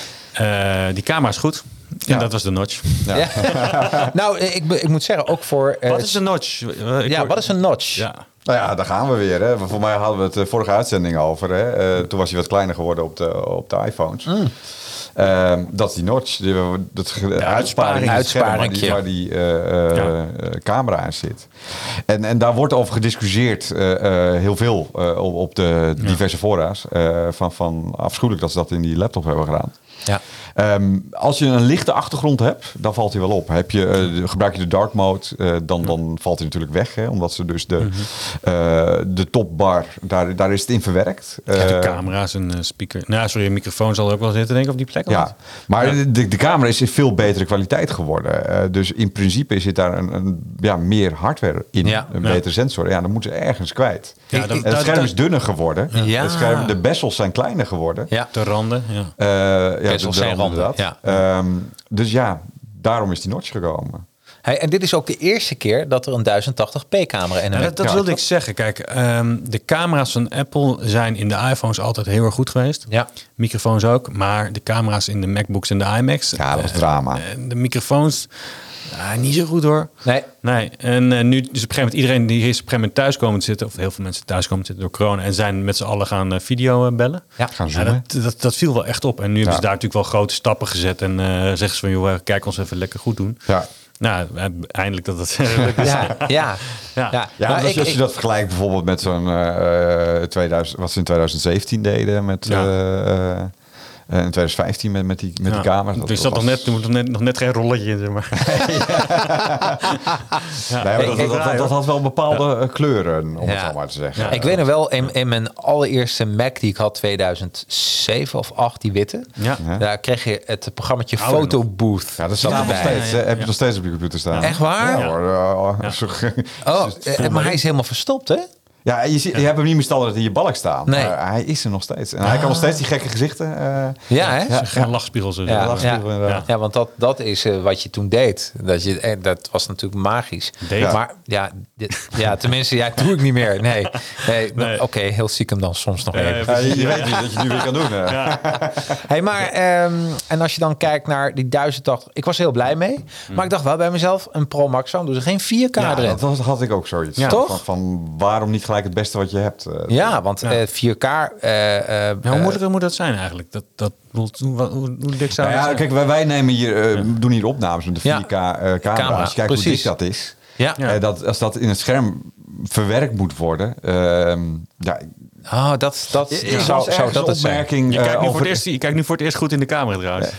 Uh, die camera is goed. Ja, en dat was de notch. Ja. Ja. nou, ik, ik moet zeggen, ook voor... Uh, wat is een notch? Ik ja, hoor... wat is een notch? Ja. Nou ja, daar gaan we weer. Hè. Voor mij hadden we het de vorige uitzending over. Hè. Uh, toen was hij wat kleiner geworden op de, op de iPhones. Mm. Uh, dat is die notch. Die, dat, de uitsparing, uitsparing scherm, waar die, waar die uh, ja. uh, camera aan zit. En, en daar wordt over gediscussieerd uh, uh, heel veel uh, op, op de diverse ja. fora's. Uh, van, van afschuwelijk dat ze dat in die laptop hebben gedaan. Ja. Um, als je een lichte achtergrond hebt, dan valt hij wel op. Heb je, uh, gebruik je de dark mode, uh, dan, dan valt hij natuurlijk weg. Hè, omdat ze dus de, mm-hmm. uh, de topbar, daar, daar is het in verwerkt. Uh, ja, de camera's en speaker. Nou, sorry, een microfoon zal er ook wel zitten, denk ik, op die plek. Ja, maar ja. De, de camera is in veel betere kwaliteit geworden. Uh, dus in principe zit daar een, een ja, meer hardware in. Ja. Een betere ja. sensor. Ja, dan moeten ze ergens kwijt. Ja, dat, het scherm dat, is dunner geworden. Ja. Het scherm, de bezels zijn kleiner geworden. Ja. De randen. Ja. Uh, ja, bezels zijn randen. Ja. Um, dus ja, daarom is die notch gekomen. Hey, en dit is ook de eerste keer dat er een duizend tachtig p camera in een... Ja, dat dat ja, wilde ik zeggen. Kijk, um, de camera's van Apple zijn in de iPhones altijd heel erg goed geweest. Ja. Microfoons ook. Maar de camera's in de MacBooks en de iMacs... Ja, dat was drama. Uh, de microfoons... Uh, niet zo goed hoor. Nee. Nee. En uh, nu is op een gegeven moment iedereen die is op een gegeven moment thuis komen te zitten, of heel veel mensen thuis komen te zitten door corona en zijn met z'n allen gaan uh, video uh, bellen. Ja, gaan zoomen. Ja, dat, dat, dat viel wel echt op. En nu ja. hebben ze daar natuurlijk wel grote stappen gezet en uh, zeggen ze van joh, kijk ons even lekker goed doen. Ja. Nou, eindelijk dat het ja, ja, ja. ja. ja nou, als, ik, als je ik, dat vergelijkt bijvoorbeeld met zo'n uh, tweeduizend, wat ze in twintig zeventien deden met... Ja. Uh, uh, in twintig vijftien met, met die, met ja. die camera's. Dat dus dat was... nog, net, nog, net, nog net geen rolletje in, zeg maar. ja. nee, maar dat, dat, dat, dat had wel bepaalde ja. kleuren, om ja. het zo maar te zeggen. Ja. Ik weet nog wel, in, in mijn allereerste Mac die ik had, tweeduizend zeven of acht, die witte. Ja. Daar kreeg je het programmaatje Photo Booth. Ja, dat staat nog steeds. Ja, ja, ja. Heb je nog steeds op je computer staan. Echt waar? Ja, hoor. Uh, ja. Oh, uh, maar hij is helemaal verstopt, hè? Ja, je, ziet, je hebt hem niet meer standaard in je balk staan. Nee. Maar hij is er nog steeds. En hij ah. kan nog steeds die gekke gezichten. Uh, ja, hè? Ja, geen lachspiegels. Ja, ja. Lachspiegel, ja. Ja. ja, want dat, dat is uh, wat je toen deed. Dat, je, dat was natuurlijk magisch. Ja. Maar ja, dit, ja, tenminste, ja, doe ik niet meer. Nee, nee, nee. Oké, okay, heel stiekem dan soms nog even. Ja, je, je weet niet dat je het nu weer kan doen. Ja. Hey, maar, um, en als je dan kijkt naar die duizend tachtig... Ik was heel blij mee. Hmm. Maar ik dacht wel bij mezelf, een Pro Max zou dus er geen vier K ja, erin. Dat had ik ook zoiets. Ja. Toch? Van, van waarom niet gelijk het beste wat je hebt. Uh, ja, want ja. Uh, vier K... Uh, uh, ja, hoe moeilijk moet dat zijn eigenlijk? Dat, dat, hoe, hoe, hoe dik zou nou dat ja, zijn? Kijk, wij, wij nemen hier, uh, ja. doen hier opnames met de vier K ja. uh, camera. camera. Als je kijkt Precies. hoe dik dat is. Ja. Uh, dat, als dat in het scherm verwerkt moet worden... Uh, ja, Oh, dat, dat ja. zou, zou dat het opmerking. Je, uh, kijkt nu voor het eerst, je kijkt nu voor het eerst goed in de camera trouwens.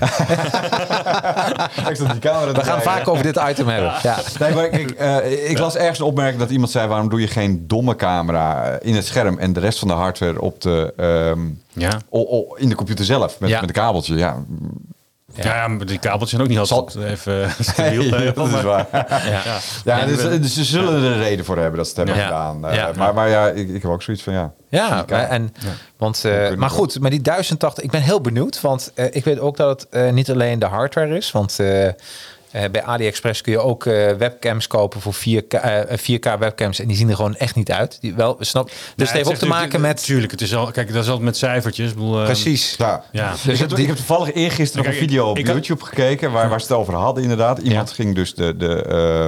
die camera We gaan vaak over dit item hebben. Ja. Nee, maar ik, uh, ik las ergens een opmerking dat iemand zei... waarom doe je geen domme camera in het scherm... en de rest van de hardware op de, um, ja. o, o, in de computer zelf met, ja. met een kabeltje. Ja. Ja, ja, die kabeltjes zijn ook niet altijd Zal... even stabiel. Nee, dat is waar. Ja, ja. ja dus, dus ze zullen er een reden voor hebben dat ze het hebben ja. gedaan. Uh, ja. Maar, maar ja, ik, ik heb ook zoiets van ja. Ja, maar, en, ja. Want, uh, maar goed, met die duizend tachtig, ik ben heel benieuwd. Want uh, ik weet ook dat het uh, niet alleen de hardware is. Want uh, Uh, bij AliExpress kun je ook uh, webcams kopen voor vier K, uh, vier K webcams. En die zien er gewoon echt niet uit. Die wel, snap. Dus nee, het heeft ook te maken met... Tuurlijk, het is al, kijk, dat is altijd met cijfertjes. Ik bedoel, uh, Precies. Ja. Ja. Dus ik, heb, ik heb toevallig eergisteren nog een video op YouTube gekeken... Waar, waar ze het over hadden inderdaad. Iemand ja. ging dus de, de,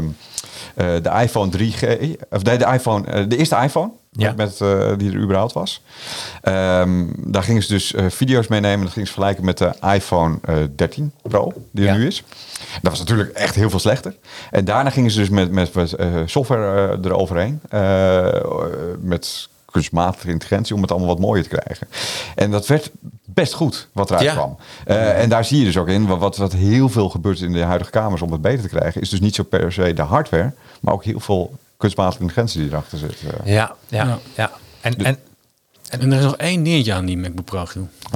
uh, uh, de iPhone drie G... Of nee, de, iPhone, uh, de eerste iPhone... Ja. Met, uh, die er überhaupt was. Um, daar gingen ze dus uh, video's meenemen. Dat gingen ze vergelijken met de iPhone uh, dertien Pro, die er ja. nu is. Dat was natuurlijk echt heel veel slechter. En daarna gingen ze dus met, met, met uh, software uh, eroverheen. Uh, met kunstmatige intelligentie om het allemaal wat mooier te krijgen. En dat werd best goed wat eruit ja. kwam. Uh, en daar zie je dus ook in, wat, wat heel veel gebeurt in de huidige kamers om het beter te krijgen, is dus niet zo per se de hardware, maar ook heel veel kunstmatige intelligentie die erachter zit. Uh. Ja, ja, ja. ja. En, en, en, en er is nog één dingetje aan die MacBook Pro. Oh.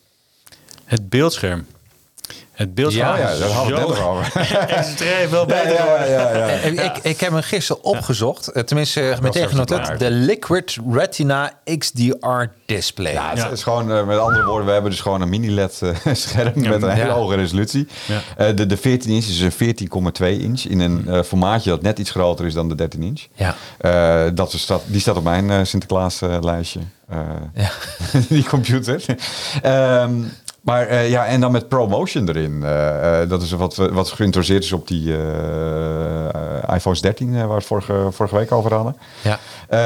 Het beeldscherm. Het beeldscherm. Ja, ja, daar hadden we het net nog over. Extreem wel beter. Ja, ja, ja, ja, ja. Ik, ik heb hem gisteren opgeschoord. Ja. Tenminste, ja, meteen genoteerd. De Liquid Retina X D R display. Ja, het ja. is gewoon, uh, met andere woorden, we hebben dus gewoon een mini-led uh, scherm ja, met een hele ja. hoge resolutie. Ja. Uh, de, de veertien inch is een veertien komma twee inch in een uh, formaatje dat net iets groter is dan de dertien inch. Ja. Uh, dat is, dat, die staat op mijn uh, Sinterklaas uh, lijstje. Uh, ja. Die computer. um, Maar uh, ja, en dan met ProMotion erin. Uh, uh, dat is wat, wat geïntroduceerd is op die uh, uh, iPhone dertien, uh, waar we het vorige, vorige week over hadden. Ja.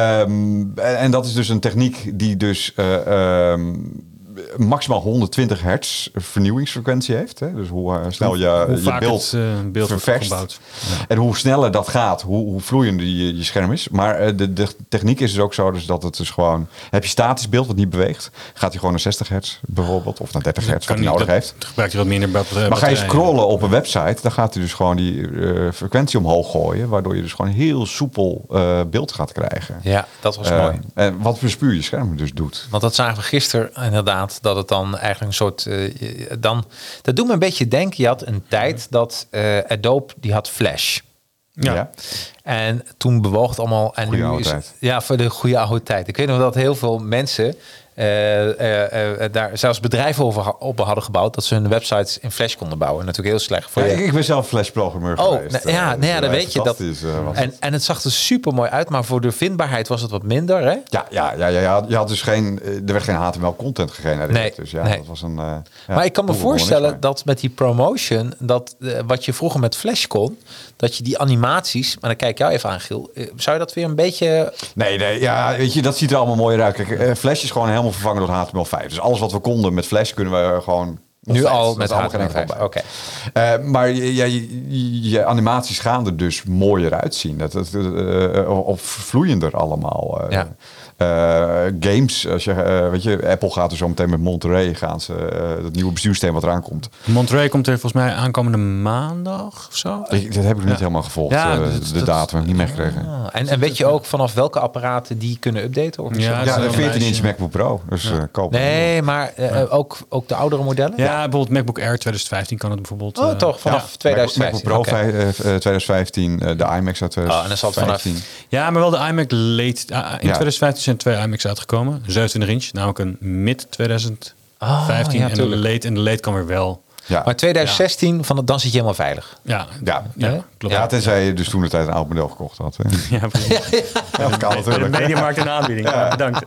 Um, en, en dat is dus een techniek die dus uh, um, maximaal honderdtwintig hertz vernieuwingsfrequentie heeft. Hè? Dus hoe uh, snel je hoe, hoe je beeld, het, uh, beeld ververst. Ja. En hoe sneller dat gaat, hoe, hoe vloeiender je, je scherm is. Maar uh, de, de techniek is dus ook zo dus dat het dus gewoon... Heb je statisch beeld wat niet beweegt, gaat hij gewoon naar zestig hertz bijvoorbeeld. Of naar dertig hertz, wat hij nodig dat heeft. Gebruikt hij wat minder batterij. Maar ga je scrollen op een website, dan gaat hij dus gewoon die uh, frequentie omhoog gooien. Waardoor je dus gewoon heel soepel uh, beeld gaat krijgen. Ja, dat was uh, mooi. En wat bespuur je scherm dus doet. Want dat zagen we gisteren inderdaad. Dat het dan eigenlijk een soort... Uh, dan, dat doet me een beetje denken. Je had een tijd dat uh, Adobe, die had Flash. Ja. ja. En toen bewoog het allemaal... En goeie nu oude is, tijd. Ja, voor de goede oude tijd. Ik weet nog dat heel veel mensen... Uh, uh, uh, daar zelfs bedrijven over op hadden gebouwd... dat ze hun websites in Flash konden bouwen. Natuurlijk heel slecht voor ja, je. Ik, ik ben zelf Flash-programmeur oh, geweest. Nou, ja, uh, nou ja, dan uh, weet je dat. Uh, en, en het zag er super mooi uit... maar voor de vindbaarheid was het wat minder, hè? Ja, ja, ja, ja, je had dus geen... Er werd geen H T M L-content gegenereerd. Nee, dus ja, nee. dat was een... Uh, ja, maar ik kan me voorstellen dat met die promotion... dat uh, wat je vroeger met Flash kon... dat je die animaties... maar dan kijk ik jou even aan, Giel. Uh, zou je dat weer een beetje... Nee, nee, ja, weet je, dat ziet er allemaal mooier uit. Kijk, uh, Flash is gewoon helemaal vervangen door H T M L vijf. Dus alles wat we konden met Flash kunnen we gewoon... Nu Flash. al met H T M L vijf, oké. Okay. Uh, maar ja, je, je animaties gaan er dus mooier uitzien. Dat, dat, uh, of vloeiender allemaal. Uh, ja. Uh, games, als je, uh, weet je, Apple gaat er zo meteen met Monterey gaan ze uh, dat nieuwe bestuurssysteem wat eraan komt. Monterey komt er volgens mij aankomende maandag of zo. Ik, dat heb ik nog ja. niet helemaal gevolgd. Ja, uh, dat, de dat, datum heb ik niet meegekregen. Ah, en, en weet je ook vanaf welke apparaten die kunnen updaten? Of ja, ja de veertien inch MacBook Pro. Dus ja. uh, koop nee, maar uh, ja. ook, ook de oudere modellen? Ja, ja, bijvoorbeeld MacBook Air twintig vijftien kan het bijvoorbeeld. Oh, toch? Vanaf ja. twintig vijftien. MacBook Pro okay. uh, twintig vijftien, uh, de iMacs uit twintig vijftien. Oh, en dan zal het vanaf... Ja, maar wel de iMac late. Uh, in ja. twintig vijftien zijn twee iMacs uitgekomen. zevenentwintig inch, namelijk een mid twintig vijftien oh, ja, en de late. En de late kan weer wel. Ja. Maar twintig zestien, ja. van het, dan zit je helemaal veilig. Ja, ja, ja, ja klopt. Ja, tenzij je dus toen de tijd een oud model gekocht had. Hè. Ja, precies. Ja, ja. ja, dat kan natuurlijk. De Mediamarkt een aanbieding. Ja. Bedankt.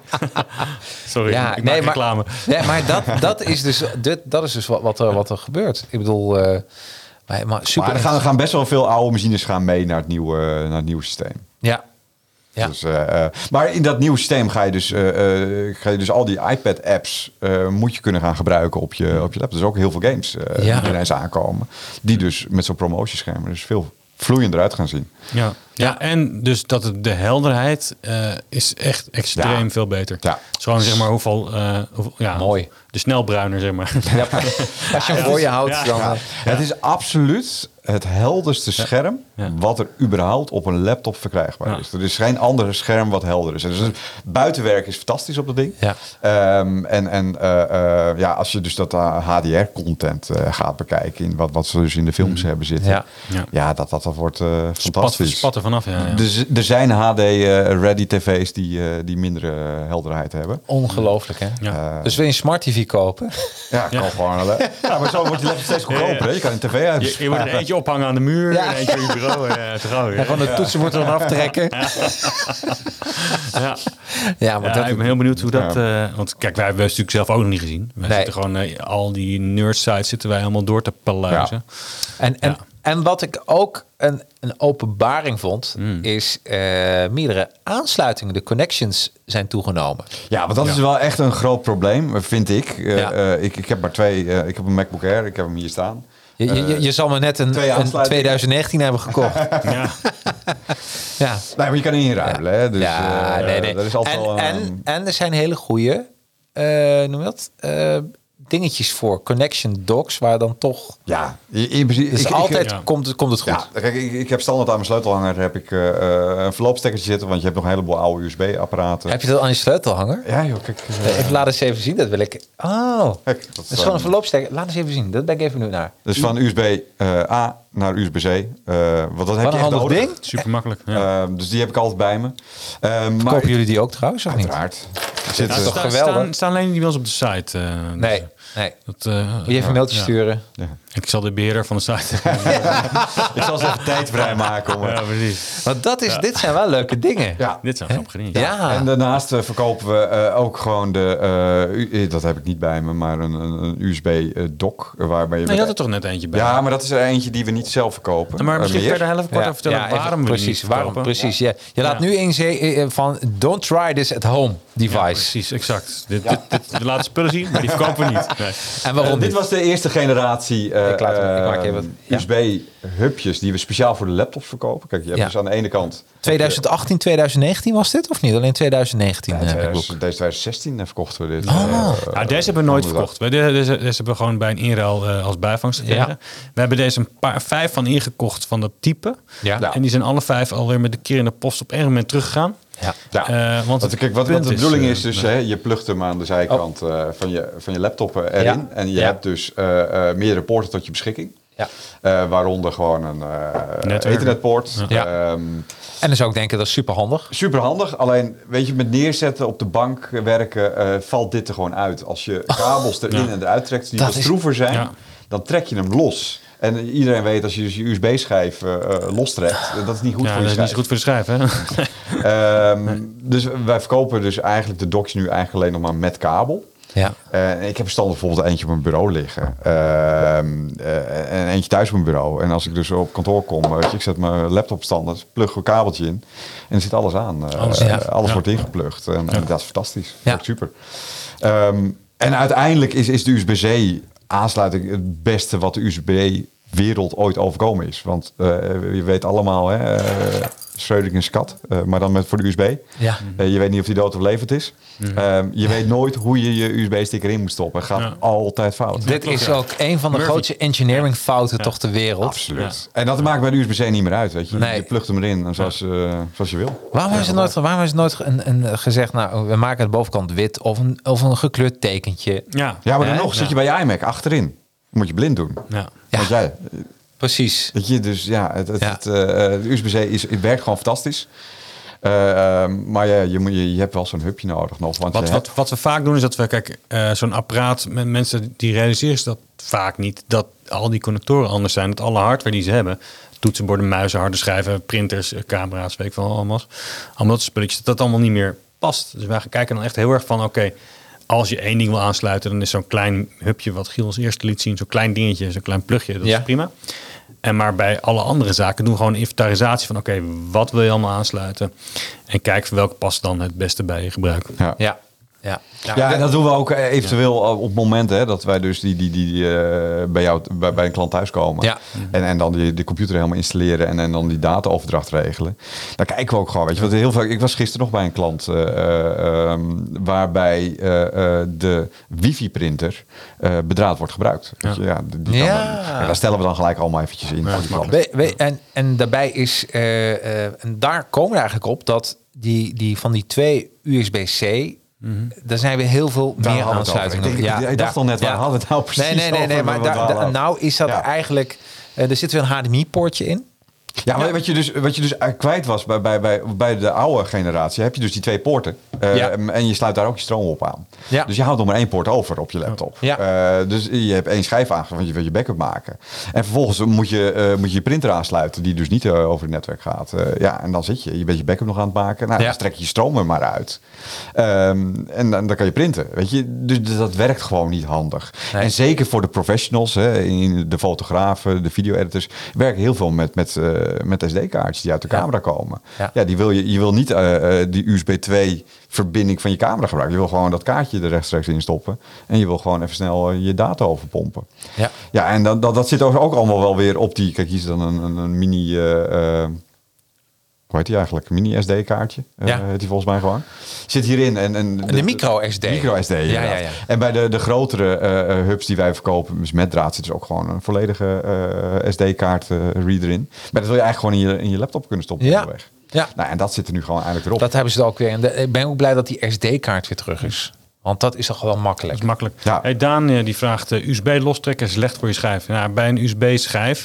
Sorry, ja, ik maak nee, reclame. Maar, nee, maar dat, dat is dus, dit, dat is dus wat, wat, er, wat er gebeurt. Ik bedoel... Uh, maar, maar, super maar er gaan, gaan best wel veel oude machines gaan mee naar het nieuwe, naar het nieuwe systeem. Ja. Ja. Dus, uh, uh, maar in dat nieuwe systeem ga je dus, uh, uh, ga je dus al die iPad-apps uh, moet je kunnen gaan gebruiken op je, op je laptop. Dus ook heel veel games uh, ja. die ineens aankomen. Die dus met zo'n promotiescherm dus veel vloeiender uit gaan zien. Ja, ja en dus dat het, de helderheid uh, is echt extreem ja. veel beter. Ja. Dus gewoon zeg maar hoeveel... Uh, hoeveel ja, mooi. De snelbruiner zeg maar. Ja, als je hem voor je houdt ja. dan... Ja. Ja. Het is absoluut het helderste scherm ja. wat er überhaupt op een laptop verkrijgbaar ja. is. Er is geen ander scherm wat helder is. Dus het buitenwerk is fantastisch op dat ding. Ja. Um, en en uh, uh, ja, als je dus dat uh, H D R-content uh, gaat bekijken, in wat, wat ze dus in de films mm. hebben zitten, ja, ja. ja dat, dat, dat wordt uh, fantastisch. Spat, spat er vanaf, ja. ja. Dus, er zijn H D-ready uh, tv's die, uh, die mindere uh, helderheid hebben. Ongelooflijk, hè? Ja. Uh, dus wil je een smart T V kopen? Ja, kan ja. gewoon. Ja, maar zo wordt je laptop steeds goedkoper. Ja, ja. Je kan een tv uit. Je, je moet er eentje ophangen aan de muur. Ja. En eentje op je bureau. Ja, trouw, ja. En van de toetsenbord ervan aftrekken. Ja, Ja. ja maar Ja, dat... ik ben heel benieuwd hoe dat... Ja. Uh, want kijk, wij hebben het natuurlijk zelf ook nog niet gezien. Wij Nee. zitten gewoon... Uh, al die nerd-sites zitten wij allemaal door te paluizen. Ja. En, en, Ja. en wat ik ook een, een openbaring vond, Mm. is uh, meerdere aansluitingen, de connections zijn toegenomen. Ja, want dat Ja. is wel echt een groot probleem, vind ik. Uh, Ja. uh, ik, ik heb maar twee. Uh, ik heb een MacBook Air, ik heb hem hier staan. Je, je, je, je zal maar net een, twee een aansluitingen. twintig negentien hebben gekocht. Ja. Ja, Nee, maar je kan inruilen, hè? Dus, ja uh, nee, nee. Dat is altijd en, wel, en, um, en er zijn hele goede, uh, noem je dat, uh, dingetjes voor, connection docs, waar dan toch... ja, in, in principe. Dus ik, ik- altijd ja. komt, het, komt het goed. Ja, kijk, ik, ik heb standaard aan mijn sleutelhanger heb ik uh, een verloopstekkertje zitten, want je hebt nog een heleboel oude U S B-apparaten. Heb je dat aan je sleutelhanger? Ja, joh, kijk. Uh, Even laat eens even zien, dat wil ik. Oh, kijk dat dat is gewoon een verloopstekker. Laat eens even zien, dat ben ik even nu naar. Dus van U S B uh, A naar U S B C. Uh, want dat heb Wat je een echt handig nodig. ding. Super makkelijk. Ja. Uh, dus die heb ik altijd bij me. Uh, maar Kopen jullie die ook trouwens, of niet? uiteraard. Er zit, Ja, uh, toch staan, geweldig? Staan, staan alleen die bij ons op de site. Uh, Nee, dus, nee. dat, uh, Moet je even een mailtje ja. sturen? ja. Ik zal de beheerder van de site... Ik zal ze even tijd vrijmaken. Om, ja, precies. Want dat is, dit zijn wel leuke dingen. ja. Dit zijn grappige dingen. Ja. En daarnaast uh, verkopen we uh, ook gewoon de, uh, u, dat heb ik niet bij me, maar een, een, een U S B-dock. Uh, waarbij je Nee, je had er toch net eentje bij? ja, maar dat is er eentje die we niet zelf verkopen. Nou, maar misschien Uh, kan je meer. daar heel even kort over vertellen even- waarom we die precies, niet waarom, verkopen. precies. Je, je laat Ja. nu in zee van don't try this at home device. Ja, precies, exact. Dit, dit, dit, we laten spullen zien, maar die verkopen we niet. Nee. En waarom Uh, dit niet? was de eerste generatie uh, Ik laat hem- ik maak even wat- ja. U S B-hubjes die we speciaal voor de laptops verkopen. Kijk, je hebt Ja. dus aan de ene kant... twintig achttien, twintig negentien was dit of niet? Alleen twintig negentien. Ja, heb ik deze ook. twintig zestien verkochten we dit. Oh. uh, Nou, deze hebben we nooit uh, verkocht. We, deze, deze, deze hebben we gewoon bij een inruil uh, als bijvangst gekregen. Ja. We hebben deze een paar, vijf van ingekocht van dat type. Ja. Ja. En die zijn alle vijf alweer met de keer in de post op een moment teruggegaan. Ja. Ja. Uh, want Want, het kijk, wat, wat punt de bedoeling uh, is, dus hè, je plugt hem aan de zijkant uh, van, je, van je laptop uh, erin. Ja. En je Ja. hebt dus uh, uh, meerdere poorten tot je beschikking. Ja. Uh, waaronder gewoon een uh, Netwerk. ethernetpoort. Ja. Um, En dan zou ik denken, dat is super handig. super handig. Alleen, weet je, met neerzetten op de bank werken uh, valt dit er gewoon uit. Als je kabels erin Ja. en eruit trekt die Dat wat is- stroever zijn, Ja. dan trek je hem los. En iedereen weet, als je dus je U S B-schijf uh, uh, lostrekt, dat is niet goed ja, voor dat je is niet zo schijf. goed voor de schijf, hè? Um, dus wij verkopen dus eigenlijk de dockjes nu eigenlijk alleen nog maar met kabel. Ja. Uh, ik heb standaard bijvoorbeeld eentje op mijn bureau liggen. Uh, uh, en eentje thuis op mijn bureau. En als ik dus op kantoor kom, weet je, ik zet mijn laptop standaard, plug een kabeltje in. En er zit alles aan. Uh, Alles, uh, ja. alles Ja. wordt ingeplucht. En, en dat is fantastisch. Dat Ja. werkt super. Um, en uiteindelijk is, is de U S B C aansluiting het beste wat de U S B-wereld ooit overkomen is. Want uh, je weet allemaal, hè, uh, Schrödinger's kat, uh, maar dan met voor de U S B. Ja. Uh, je weet niet of die dood of levend is. Um, je weet nooit hoe je je U S B-stick erin moet stoppen. Het gaat Ja. altijd fout. Dit is ook een van de Murphy. grootste engineering fouten toch ter wereld. Absoluut. En dat maakt bij de U S B C niet meer uit. Weet je. Nee. Je plugt hem erin en zoals, uh, zoals je wil. Waarom is het nooit, waarom is het nooit een, een, gezegd, nou, we maken de bovenkant wit of een, of een gekleurd tekentje? Ja. Ja, maar dan Hè? nog zit je bij je iMac achterin. Dan moet je blind doen. Ja. Ja. Want jij, Precies. weet je, dus ja, het, het, Ja. het, uh, de U S B C is, het werkt gewoon fantastisch. Uh, um, maar ja, je, moet, je, je hebt wel zo'n hubje nodig nog. Want Wat, je wat, hebt, wat we vaak doen is dat we, kijk, uh, zo'n apparaat met mensen die realiseren zich dat vaak niet, dat al die connectoren anders zijn, dat alle hardware die ze hebben, toetsenborden, muizen, harde schijven, printers, camera's, weet ik wel allemaal, allemaal dat spulletjes, dat dat allemaal niet meer past. Dus wij gaan kijken dan echt heel erg van, oké, okay, als je één ding wil aansluiten, dan is zo'n klein hubje wat Giel als eerste liet zien, zo'n klein dingetje, zo'n klein plugje, dat Ja. is prima. En maar bij alle andere zaken doen we gewoon een inventarisatie van, oké, okay, wat wil je allemaal aansluiten? En kijk voor welke past dan het beste bij je gebruik. ja. Ja. Ja. Ja. Ja, en dat doen we ook eventueel op momenten hè, dat wij dus die, die, die, uh, bij jou bij, bij een klant thuiskomen. Ja. En, en dan die, de computer helemaal installeren en, en dan die dataoverdracht regelen. Dan kijken we ook gewoon, weet je, want heel vaak. Ik was gisteren nog bij een klant uh, uh, um, waarbij uh, uh, de wifi-printer uh, bedraad wordt gebruikt. Weet je, ja, die, die Ja. dan, ja, daar stellen we dan gelijk allemaal eventjes in. Ja, voor die klant. We, we, en, en daarbij is, uh, uh, en daar komen we eigenlijk op dat die, die van die twee U S B C. Mm-hmm. Daar zijn weer heel veel Daar meer hadden we het aansluitingen. over. Ik denk- ik ja, dacht al net, waar ja. hadden we het nou precies Nee, nee, nee, nee over? maar Wat daar, waren we? daar- nou is dat Ja. eigenlijk... Uh, er zit weer een H D M I-poortje in. Ja, maar wat je dus, wat je dus kwijt was bij, bij, bij, bij de oude generatie, heb je dus die twee poorten. Uh, ja. En je sluit daar ook je stroom op aan. Ja. Dus je houdt nog maar één poort over op je laptop. Ja. Uh, dus je hebt één schijf aangesloten, want je wil je backup maken. En vervolgens moet je uh, moet je, je printer aansluiten, die dus niet uh, over het netwerk gaat. Uh, ja, en dan zit je, je bent je backup nog aan het maken. Nou, ja. Dan trek je je stroom er maar uit. Um, en dan, dan kan je printen. Weet je? Dus dat werkt gewoon niet handig. Nee. En zeker voor de professionals, hè, in de fotografen, de video-editors, werken heel veel met, met, uh, met S D-kaartjes die uit de ja. camera komen. Ja. Ja, die wil je, je wil niet uh, uh, die U S B twee verbinding van je camera gebruiken. Je wil gewoon dat kaartje er rechtstreeks in stoppen. En je wil gewoon even snel uh, je data overpompen. Ja, ja en dat, dat, dat zit ook allemaal wel weer op die... Kijk, hier is dan een, een, een mini... Uh, uh, hoe heet die eigenlijk? Mini S D-kaartje. Ja. Uh, heet die volgens mij gewoon. Zit hierin. En, en de, de micro-S D. Micro-S D, ja, ja, ja. En bij de, de grotere uh, hubs die wij verkopen, dus met draad, zit dus ook gewoon een volledige uh, S D-kaart uh, reader in. Maar dat wil je eigenlijk gewoon in je, in je laptop kunnen stoppen. Ja. Weg. Ja. Nou, en dat zit er nu gewoon eigenlijk erop. Dat hebben ze er ook weer. En de, ik ben ook blij dat die S D-kaart weer terug is. Want dat is toch wel makkelijk. Dat is makkelijk. Ja. Hey, Daan die vraagt, uh, U S B lostrekken is slecht voor je schijf. Nou, bij een U S B-schijf,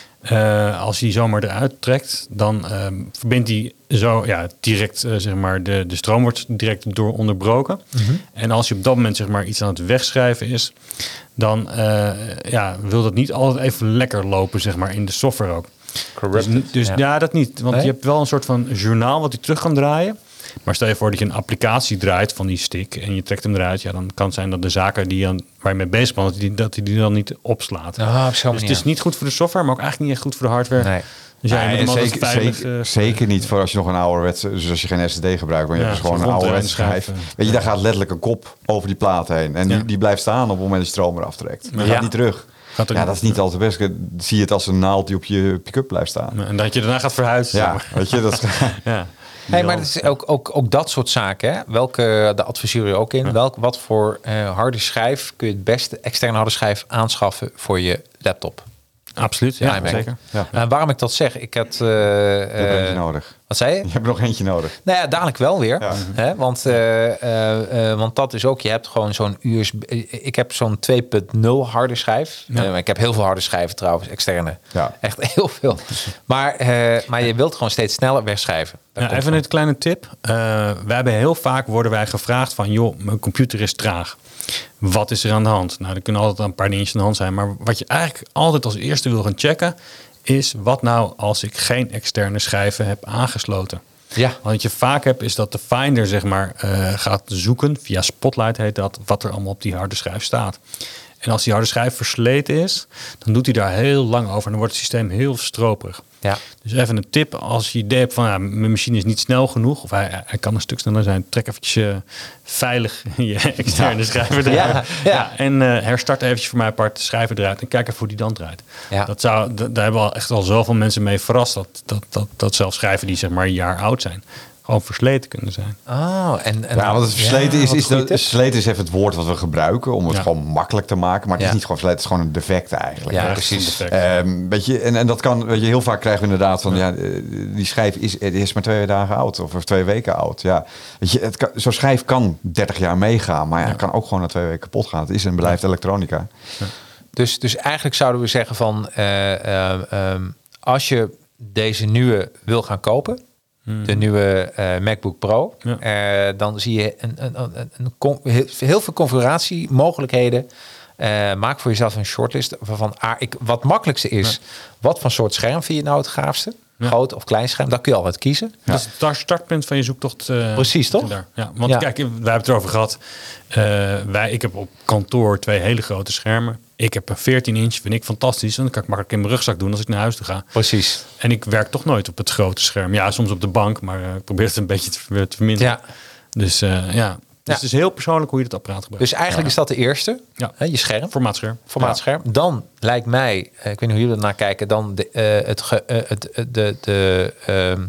uh, als je die zomaar eruit trekt, dan uh, verbindt die zo ja, direct, uh, zeg maar, de, de stroom wordt direct door onderbroken. Mm-hmm. En als je op dat moment zeg maar iets aan het wegschrijven is, dan uh, ja, wil dat niet altijd even lekker lopen, zeg maar, in de software ook. Dus, dus ja. ja, dat niet. Want nee? je hebt wel een soort van journaal wat hij terug kan draaien. Maar stel je voor dat je een applicatie draait van die stick en je trekt hem eruit. Ja, dan kan het zijn dat de zaken die aan, waar je mee bezig bent, dat die, dat die dan niet opslaat. Oh, dus het is niet goed voor de software, maar ook eigenlijk niet echt goed voor de hardware. Nee. Dus ja, nee, zeker, veilig, zeker, uh, zeker niet voor als je nog een ouderwetse, dus als je geen S S D gebruikt, maar je ja, hebt dus gewoon een ouderwetse schijf. Uh, Weet je, daar gaat letterlijk een kop over die plaat heen. En ja. die, die blijft staan op het moment dat je stroom eraf trekt. Die ja. gaat niet terug. Gaat ja, dat is niet altijd best. Zie je het als een naald die op je pick-up blijft staan. En dat je daarna gaat verhuizen. Ja, weet je, dat is... ja. Hey, maar het is ook, ook, ook dat soort zaken, hè? Welke, de adviseur je ook in. Ja. Welk, wat voor uh, harde schijf kun je het beste externe harde schijf aanschaffen voor je laptop? Absoluut, ja, ja zeker. Ja. Uh, waarom ik dat zeg, ik had... Uh, je hebt eentje nodig. Wat zei je? Je hebt nog eentje nodig. Nou ja, dadelijk wel weer. Ja. Hè? Want, uh, uh, uh, want dat is ook, je hebt gewoon zo'n U S B... Ik heb zo'n twee punt nul harde schijf. Ja. Uh, ik heb heel veel harde schijven trouwens, externe. Ja. Echt heel veel. Maar, uh, maar je wilt gewoon steeds sneller wegschrijven. Ja, even een kleine tip. Uh, wij hebben heel vaak worden wij gevraagd van, joh, mijn computer is traag. Wat is er aan de hand? Nou, er kunnen altijd een paar dingetjes aan de hand zijn. Maar wat je eigenlijk altijd als eerste wil gaan checken, is wat nou als ik geen externe schijven heb aangesloten. Ja. Wat je vaak hebt is dat de Finder zeg maar uh, gaat zoeken, via Spotlight heet dat, wat er allemaal op die harde schijf staat. En als die harde schijf versleten is, dan doet hij daar heel lang over. En dan wordt het systeem heel stroperig. Ja. Dus even een tip, als je idee hebt van ja, mijn machine is niet snel genoeg, of hij, hij kan een stuk sneller zijn, trek eventjes uh, veilig je externe ja. schijven eruit. Ja. Ja. Ja, en uh, herstart eventjes voor mij apart de schijven eruit en kijk even hoe die dan draait. Ja. Dat zou, d- daar hebben al echt al zoveel mensen mee verrast, dat, dat, dat, dat zelfs schijven die zeg maar een jaar oud zijn, gewoon versleten kunnen zijn. Oh, en, en ja, want het versleten ja, is, is, de, versleten is even het woord wat we gebruiken om het ja. gewoon makkelijk te maken. Maar het ja. is niet gewoon versleten, het is gewoon een defect eigenlijk. Ja, ja precies. Um, weet je, en, en dat kan, weet je, heel vaak krijgen we inderdaad van, ja, ja die schijf is, is maar twee dagen oud of twee weken oud. Ja, weet je, het kan, zo'n schijf kan dertig jaar meegaan, maar ja, ja. kan ook gewoon na twee weken kapot gaan. Het is en blijft ja. elektronica. Ja. Dus, dus eigenlijk zouden we zeggen van, uh, uh, um, als je deze nieuwe wil gaan kopen, de nieuwe uh, MacBook Pro. Ja. Uh, dan zie je een, een, een, een, een, heel veel configuratiemogelijkheden. Uh, maak voor jezelf een shortlist van ah, ik, wat het makkelijkste is. Ja. Wat voor soort scherm vind je nou het gaafste? Ja. Groot of klein scherm, daar kun je altijd kiezen. Ja. Dat is het startpunt van je zoektocht. Uh, Precies, toch? Daar. Ja, want ja. kijk, wij hebben het erover gehad. Uh, wij, ik heb op kantoor twee hele grote schermen. Ik heb een veertien inch, vind ik fantastisch. En dan kan ik makkelijk in mijn rugzak doen als ik naar huis toe ga. Precies. En ik werk toch nooit op het grote scherm. Ja, soms op de bank, maar uh, ik probeer het een beetje te, te verminderen. Ja. Dus uh, ja... Dus ja. het is heel persoonlijk hoe je het apparaat gebruikt. Dus eigenlijk ja. is dat de eerste. Ja. Hè, je scherm. Formaatscherm. Formaatscherm. Ja. Dan lijkt mij, ik weet niet hoe jullie er naar kijken, dan de, uh, het, ge, uh, het, uh, de, de, uh,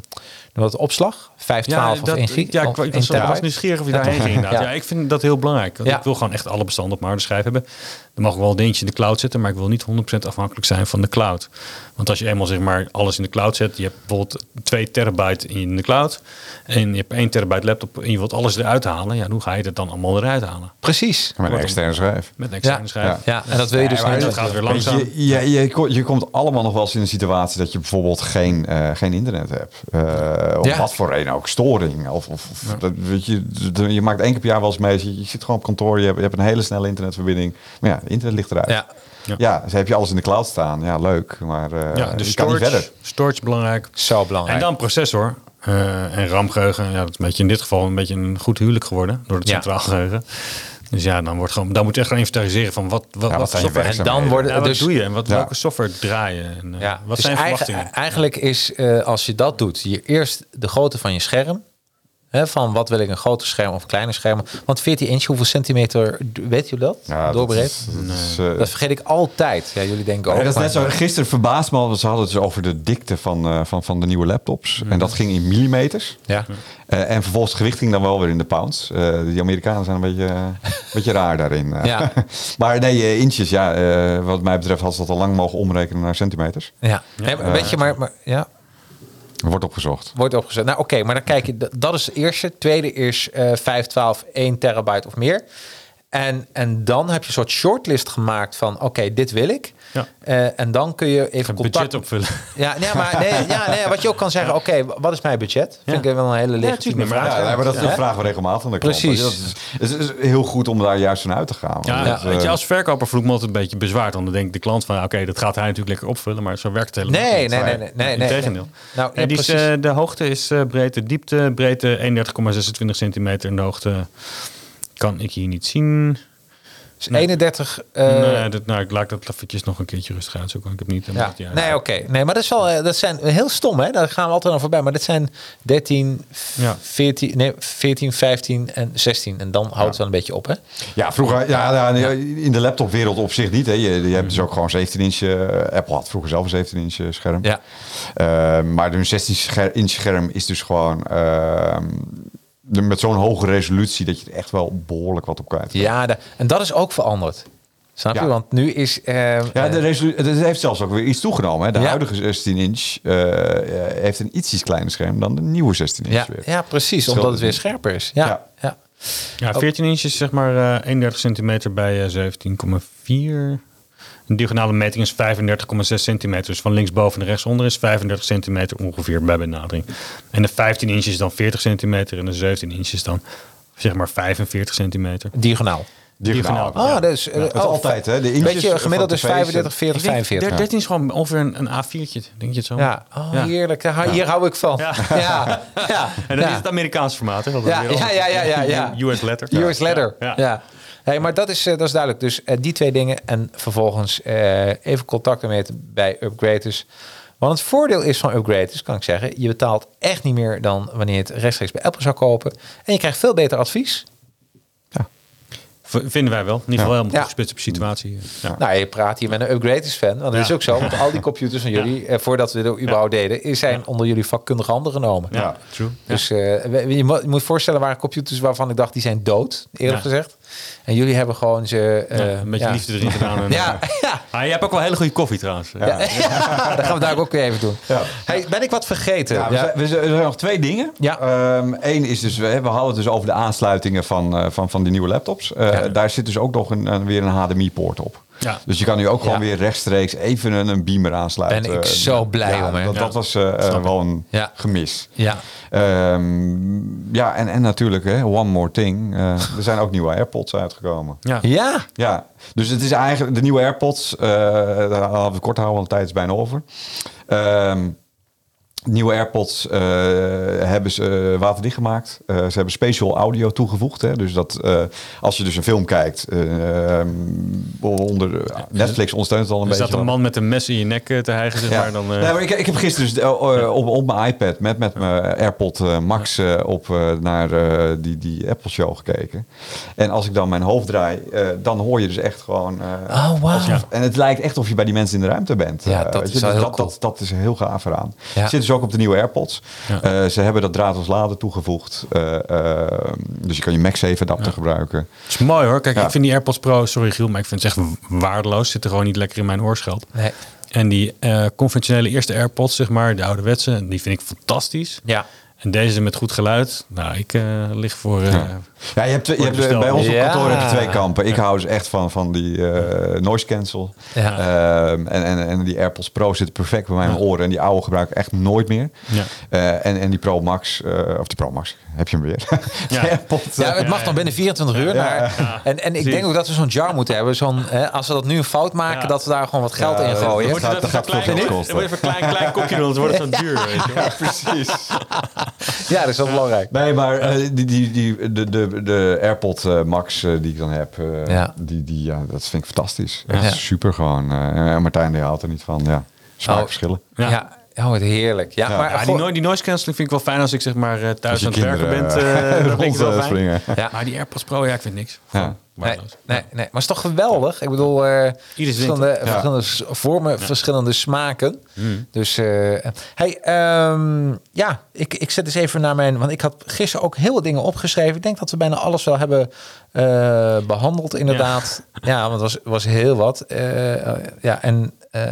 wat opslag? vijf twaalf ja, of dat, één gig? Ja, ik, ik was, was nieuwsgierig of je ja, daarheen toch? ging inderdaad. Ja. Ja, ik vind dat heel belangrijk. Want Ja. Ik wil gewoon echt alle bestanden op mijn harde schijf hebben. Dan mag ik wel een dingetje in de cloud zetten, maar ik wil niet honderd procent afhankelijk zijn van de cloud. Want als je eenmaal zeg maar alles in de cloud zet, je hebt bijvoorbeeld twee terabyte in de cloud en je hebt één terabyte laptop en je wilt alles eruit halen, ja, hoe ga je dat dan allemaal eruit halen? Precies. Met een externe schijf. Met een externe Ja. schijf. Ja. ja, en dat wil je dus Ja, maar niet. dat gaat weer langzaam. Weet Je, je, je, ko- je komt allemaal nog wel eens in een situatie dat je bijvoorbeeld geen, uh, geen internet hebt. Uh, of Ja. wat voor reden ook. Storing. Of, of, of Ja. dat, weet je, de- je maakt één keer per jaar wel eens mee. Je, je zit gewoon op kantoor. Je hebt, je hebt een hele snelle internetverbinding. Maar ja, internet ligt eruit. Ja. Ja. Ja, dus heb je alles in de cloud staan. Ja, leuk. Maar uh, Ja, dus je kan niet verder. storage, storage belangrijk. Zo belangrijk. En dan processor uh, en RAM-geheugen. Ja, dat is een beetje in dit geval een beetje een goed huwelijk geworden door het Ja. centraal geheugen. Dus ja, dan wordt gewoon, dan moet je echt gaan inventariseren van wat, wat, Ja, wat wat zijn je software. en dan worden Ja, wat dus doe je en wat, Ja. welke software draaien en uh, ja, wat dus zijn eigen- verwachtingen? eigenlijk is uh, als je dat doet, je eerst de grootte van je scherm. Hè, van wat wil ik, een groter scherm of een kleiner scherm? Want veertien inch, hoeveel centimeter, weet je dat? Ja, Doorbreed? Dat, is, dat, is, uh, Dat vergeet ik altijd. Ja, jullie denken ook. Ja, dat is maar- net zo. Gisteren verbaasd me al. Ze hadden het dus over de dikte van, uh, van, van de nieuwe laptops. En dat ging in millimeters. Ja. Uh, en vervolgens het gewicht ging dan wel weer in de pounds. Uh, die Amerikanen zijn een beetje, uh, een beetje raar daarin. Uh. Ja. Maar nee, uh, inches, ja. Uh, wat mij betreft had ze dat al lang mogen omrekenen naar centimeters. Ja. Nee, maar weet je, maar, maar ja, Wordt opgezocht. wordt opgezet. Nou, oké, maar dan kijk je, dat- dat is het eerste. Tweede is uh, vijf twaalf, één terabyte of meer. En, en dan heb je een soort shortlist gemaakt van, oké, okay, dit wil ik. Ja. Uh, en dan kun je even Een contact budget opvullen. Ja, nee, maar nee, ja, nee, wat je ook kan zeggen, oké, okay, wat is mijn budget? Ja. Vind ik wel een hele legitieme tuurlijk, maar vraag. Ja, nee, maar dat, dat Ja. vragen we regelmatig aan de klant. Precies. Dat is, het is heel goed om daar juist van uit te gaan. Ja, Want, weet je, uh, als verkoper voel ik me altijd een beetje bezwaard. Want dan denkt de klant van, oké, okay, dat gaat hij natuurlijk lekker opvullen. Maar zo werkt het helemaal Nee, niet. nee, nee, nee, nee, nee. Integendeel. Nou, ja, En die is, precies. uh, de hoogte is uh, breedte, diepte, breedte eenendertig komma zesentwintig centimeter. En de hoogte kan ik hier niet zien. Dus eenendertig... Uh, nee, dat, nou, ik laat dat eventjes nog een keertje rustig uitzoeken. Ik heb niet... ja. Ja, Nee, oké. Okay. Nee, maar dat is wel, uh, dat zijn heel stom, hè? Daar gaan we altijd aan voorbij. Maar dit zijn dertien, Ja. veertien, nee, veertien, vijftien en zestien. En dan houdt het Ja. wel een beetje op, hè? Ja, vroeger, ja, ja, nee, in de laptopwereld op zich niet. Hè. Je, je hebt dus ook gewoon zeventien inch. Uh, Apple had vroeger zelf een zeventien inch scherm. Ja. Uh, maar een zestien inch scherm is dus gewoon uh, de, met zo'n hoge resolutie dat je er echt wel behoorlijk wat op kwijt kan. Ja, de, en dat is ook veranderd. Snap je? Ja. Want nu is... Uh, Ja, de resolutie, het heeft zelfs ook weer iets toegenomen. Hè. De Ja. huidige zestien inch uh, heeft een ietsjes kleiner scherm dan de nieuwe zestien inch ja, weer. ja, precies. Scheelt Omdat het het weer niet. scherper is. Ja, ja. Ja. ja. Ja, veertien inch is zeg maar uh, eenendertig centimeter bij uh, zeventien komma vier. Een diagonale meting is vijfendertig komma zes centimeter. Dus van linksboven naar rechtsonder is vijfendertig centimeter ongeveer bij benadering. En de vijftien inch is dan veertig centimeter. En de zeventien inch is dan zeg maar vijfenveertig centimeter. Diagonaal. Diagonaal. Ah, Ja. dus, uh, Dat is oh, altijd, hè? De inches weet je, gemiddeld van is tv's, vijfendertig, veertig, Ik denk, vijfenveertig. dertien is gewoon ongeveer een, een A viertje. Denk je het zo? Ja, oh, Ja. heerlijk. Daar hou- Hier hou ik van. Ja. Ja, ja. En dan ja. is het Amerikaans formaat. Hè? Dat is Ja, weer ja, ja, ja, ja, ja. U S letter. U S letter. Ja. Ja. Ja. Hey, maar dat is, uh, dat is duidelijk. Dus uh, die twee dingen. En vervolgens uh, even contact met bij Upgraders. Want het voordeel is van Upgraders, kan ik zeggen. Je betaalt echt niet meer dan wanneer je het rechtstreeks bij Apple zou kopen. En je krijgt veel beter advies. V- Vinden wij wel. In ieder geval helemaal Ja. toegespitst op situatie. Ja. Nou, je praat hier met een Upgraders fan. Want dat Ja. is ook zo. Want al die computers van jullie, eh, voordat we het überhaupt deden, zijn onder jullie vakkundige handen genomen. Ja, Ja. true. Dus uh, we- je, mo- je moet je voorstellen, waren computers waarvan ik dacht, die zijn dood, eerlijk Ja. gezegd. En jullie hebben gewoon ze... Uh, Ja, een beetje ja. liefde erin gedaan. En, Ja, ja. Ah, je hebt ook wel hele goede koffie trouwens. Ja. Ja. Dat gaan we daar ook weer even doen. Ja. Hey, ben ik wat vergeten? Ja, we zijn, we zijn, er zijn nog twee dingen. Ja. Um, Eén is dus, we, we hadden het dus over de aansluitingen van, uh, van, van die nieuwe laptops. Uh, Ja. Daar zit dus ook nog een, een, weer een H D M I-poort op. Ja. Dus je kan nu ook gewoon Ja. weer rechtstreeks even een, een beamer aansluiten. Ben ik zo blij ja, om, hè? Dat, Ja. dat was uh, uh, wel een Ja. gemis. Ja. Um, ja, en, en natuurlijk, hè, one more thing. Uh, er zijn ook nieuwe AirPods uitgekomen. Ja. Ja. Ja, dus het is eigenlijk de nieuwe AirPods. Uh, daar hadden we het kort houden, want de tijd is bijna over. Um, Nieuwe AirPods uh, hebben ze uh, waterdicht gemaakt. Uh, ze hebben special audio toegevoegd. Hè? Dus dat uh, als je dus een film kijkt, uh, um, onder uh, Netflix ondersteunt het al een Er beetje. staat een man met een mes in je nek uh, te hijgen, zeg Ja. maar. Dan, uh... Nee, maar ik, ik heb gisteren dus, uh, op, op mijn iPad met, met mijn AirPod uh, Max uh, op uh, naar uh, die, die Apple Show gekeken. En als ik dan mijn hoofd draai, uh, dan hoor je dus echt gewoon... Uh, Oh, wow. alsof- En het lijkt echt of je bij die mensen in de ruimte bent. Ja, Uh, dat weet is je, wel dus heel dat, cool. dat, dat is heel gaaf eraan. Ja. Er zit dus dus ook op de nieuwe AirPods. Ja. Uh, ze hebben dat draadloos laden toegevoegd. Uh, uh, dus je kan je MagSafe adapter ja. gebruiken. Het is mooi hoor. Kijk, ja. ik vind die AirPods Pro, sorry Giel, maar ik vind het echt waardeloos. Zit er gewoon niet lekker in mijn oorschelp. Nee. En die uh, conventionele eerste AirPods, zeg maar, de ouderwetse, die vind ik fantastisch. Ja. En deze met goed geluid. Nou, ik uh, lig voor... Uh, ja. ja, je hebt, je hebt bij ons op kantoor ja. heb je twee kampen. Ik ja. hou dus echt van, van die uh, noise cancel. Ja. Uh, en, en, en die AirPods Pro zitten perfect bij mijn ja. oren. En die oude gebruik ik echt nooit meer. Ja. Uh, en, en die Pro Max, uh, of die Pro Max, heb je hem weer. Ja, AirPods, ja het mag ja, dan binnen vierentwintig uur. Ja. Maar, ja. En, en ik Zie. denk ook dat we zo'n jar moeten hebben. Zo'n, hè, als we dat nu een fout maken, ja. dat we daar gewoon wat geld ja, in gooien. Dan gaat, dat gaat veel geld kosten. Dan wordt even een klein, klein kopje doen, dan wordt het zo duur. Weet je. Ja, precies. Ja, dat is wel belangrijk. Nee, maar uh, die, die, die, de, de, de AirPod uh, Max uh, die ik dan heb, uh, ja. Die, die, ja, dat vind ik fantastisch. Echt ja. super gewoon. Uh, Martijn die houdt er niet van. Ja, zwaar oh. verschillen. Ja. ja. Oh, het heerlijk. Ja, ja. maar ja, die, no- die noise cancelling vind ik wel fijn als ik zeg maar uh, thuis aan het werken ben. Uh, dat vind ik wel fijn. Ja. Maar die AirPods Pro, ja, ik vind niks. Ja. Nee, nee, nee, maar het is toch geweldig? Ik bedoel, uh, verschillende, ja. verschillende vormen, ja. verschillende smaken. Mm. Dus, uh, hey, um, ja, ik, ik zet eens even naar mijn... Want ik had gisteren ook heel wat dingen opgeschreven. Ik denk dat we bijna alles wel hebben uh, behandeld, inderdaad. Ja, ja want het was, was heel wat. Uh, uh, ja, en uh,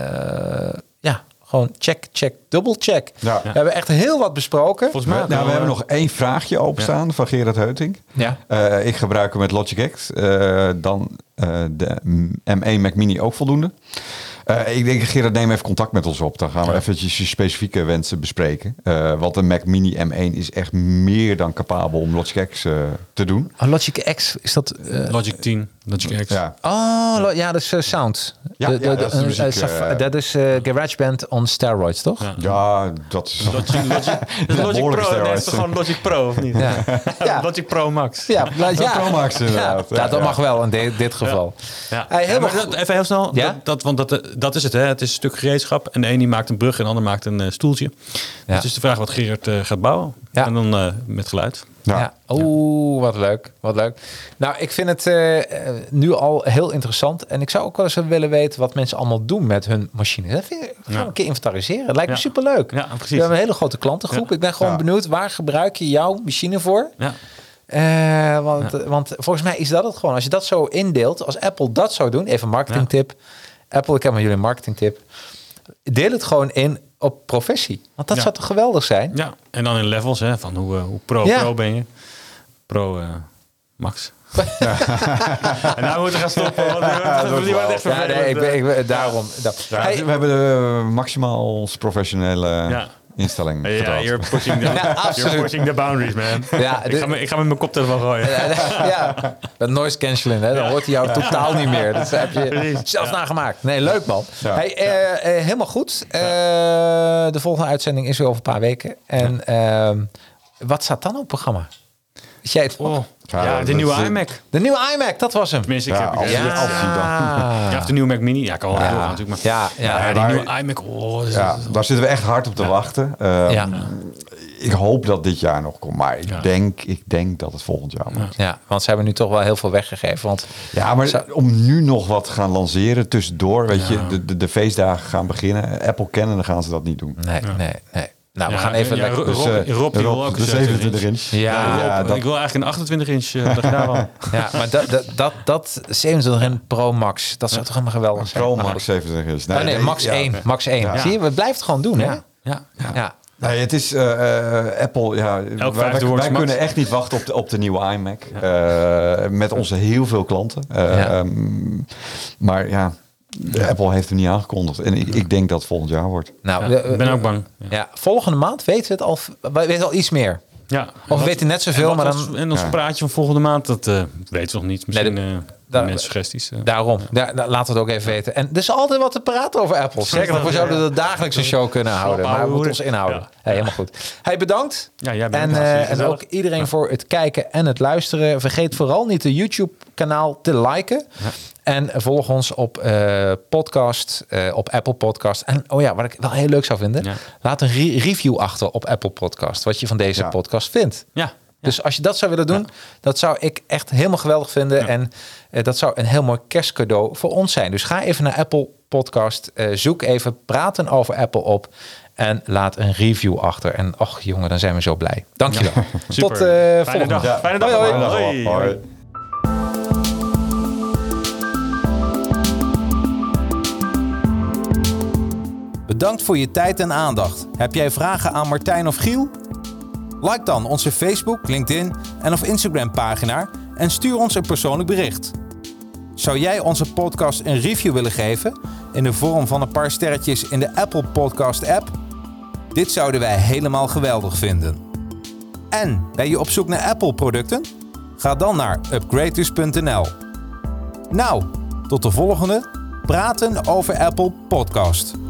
ja... Gewoon check, check, dubbel check. Ja. We hebben echt heel wat besproken. Volgens mij, nou, we hebben nog één vraagje openstaan ja. van Gerard Heutink. Ja. Uh, ik gebruik hem met Logic X. Uh, dan uh, de M één Mac Mini ook voldoende. Uh, ik denk, Gerard, neem even contact met ons op. Dan gaan we ja. eventjes je specifieke wensen bespreken. Uh, want een Mac Mini M één is echt meer dan capabel om Logic X uh, te doen. Oh, Logic X, is dat... Uh, Logic tien, Logic X. Ja. Oh, lo- ja, dat is uh, sound. Ja, de, de, ja, dat is, muziek, uh, saf- uh, dat is uh, GarageBand on steroids, toch? Ja, ja dat is... Logic, Logic, Logic Pro, nee, is toch gewoon Logic Pro, of niet? Ja. Ja. Logic Pro Max. Ja, ja. ja. Pro Max inderdaad. Ja, ja, dat ja. mag wel in de, dit geval. Ja. Ja. Hey, heel ja, dat, even heel snel, ja? dat, dat, want dat, dat is het, hè. Het is een stuk gereedschap. En de een die maakt een brug en de ander maakt een uh, stoeltje. Ja. Dus het is de vraag wat Gerard uh, gaat bouwen. Ja. En dan uh, met geluid. Ja. ja. Oeh, wat leuk. Wat leuk. Nou, ik vind het uh, nu al heel interessant. En ik zou ook wel eens willen weten wat mensen allemaal doen met hun machines. Dat vind ik ja. een keer inventariseren. Het lijkt ja. me superleuk. Ja, precies. We hebben een hele grote klantengroep. Ja. Ik ben gewoon ja. benieuwd, waar gebruik je jouw machine voor? Ja. Uh, want, ja. want volgens mij is dat het gewoon. Als je dat zo indeelt, als Apple dat zou doen, even een marketingtip. Ja. Apple, ik heb maar jullie een marketingtip. Deel het gewoon in op professie. Want dat ja. zou toch geweldig zijn? Ja, en dan in levels, hè, van hoe, uh, hoe pro, ja. pro ben je. Pro uh, Max. Ja. En nou moeten we gaan stoppen. Want ja, die die wordt echt ja, nee, ik ben, ik ben, daarom. Ja, hey. We hebben de maximaal professionele... Ja. instelling. Ja, you're pushing the, ja, you're pushing the boundaries, man. Ja, ik, ga me, ik ga met mijn koptelefoon gooien. Ja, ja, dat noise cancelling, hè, dan hoort hij jou ja. totaal niet meer. Dat heb je zelf ja. nagemaakt. Nee, leuk man. Ja. Hey, uh, uh, helemaal goed. Uh, de volgende uitzending is weer over een paar weken. En uh, wat staat dan op het programma? Weet jij het oh. Ja, ja, de nieuwe iMac. De nieuwe iMac, dat was hem. Tenminste, ik ja, heb als, ja. als die dan. Ja, of de nieuwe Mac Mini. Ja, ik kan wel ja. doorgaan natuurlijk. Maar ja, ja, ja, die waar, nieuwe iMac. Oh, is, ja, daar zitten we echt hard op te ja. wachten. Um, ja. Ik hoop dat dit jaar nog komt. Maar ik, ja. denk, ik denk dat het volgend jaar wordt. Ja, want ze hebben nu toch wel heel veel weggegeven. Want ja, maar zou... om nu nog wat te gaan lanceren tussendoor. Weet ja. je, de, de, de feestdagen gaan beginnen. Apple kennen, dan gaan ze dat niet doen. Nee, ja. nee, nee. Nou, we ja, gaan even... Ja, lekker, Rob, dus, uh, Rob, die wil ook de zevenentwintig inch. Ja, ja, ja dat... ik wil eigenlijk een achtentwintig inch. Uh, dat gedaan wel. Ja, maar dat, dat, dat, dat zevenentwintig inch Pro Max, dat zou ja. toch helemaal geweldig zijn? Pro Max zevenentwintig inch. Nee, oh, nee, nee, Max ja, één. Ja. Max één. Ja. Zie je, we blijven het gewoon doen, hè? Ja. ja. ja. ja. Nee, het is uh, uh, Apple. Ja, wij, wij, wij kunnen echt niet wachten op de, op de nieuwe iMac. Ja. Uh, met onze heel veel klanten. Uh, ja. um, maar ja... De ja. Apple heeft hem niet aangekondigd. En ik, ik denk dat het volgend jaar wordt. Nou, ik ja, ben ook bang. Ja. Ja, volgende maand weten we het al. We weten al iets meer. Ja. Of we weten net zoveel, maar dan... En ons ja. praatje van volgende maand, dat uh, weten we nog niet. Misschien nee, de, uh, da, mensen suggesties. Uh. Daarom. Daar, daar, laten we het ook even weten. En er is altijd wat te praten over Apple. Zeker nog, we zouden er dagelijks een show kunnen houden. Maar we moeten ons inhouden. Ja. Hey, helemaal goed. Hey, bedankt. Ja, jij en, uh, en ook iedereen ja. voor het kijken en het luisteren. Vergeet vooral niet de YouTube-kanaal te liken. Ja. En volg ons op uh, podcast, uh, op Apple Podcast. En oh ja, wat ik wel heel leuk zou vinden. Ja. Laat een re- review achter op Apple Podcast. Wat je van deze ja. podcast vindt. Ja. Ja. Dus als je dat zou willen doen, ja. dat zou ik echt helemaal geweldig vinden. Ja. En uh, dat zou een heel mooi kerstcadeau voor ons zijn. Dus ga even naar Apple Podcast. Uh, zoek even Praten over Apple op. En laat een review achter. En och jongen, dan zijn we zo blij. Dankjewel. Ja, Tot uh, volgende Fijne dag. Ja. Fijne dag. Hoi, hoi. Hoi. Hoi. Hoi. Bedankt voor je tijd en aandacht. Heb jij vragen aan Martijn of Giel? Like dan onze Facebook, LinkedIn en of Instagram pagina en stuur ons een persoonlijk bericht. Zou jij onze podcast een review willen geven in de vorm van een paar sterretjes in de Apple Podcast app? Dit zouden wij helemaal geweldig vinden. En ben je op zoek naar Apple producten? Ga dan naar upgraders punt n l. Nou, tot de volgende Praten over Apple podcast.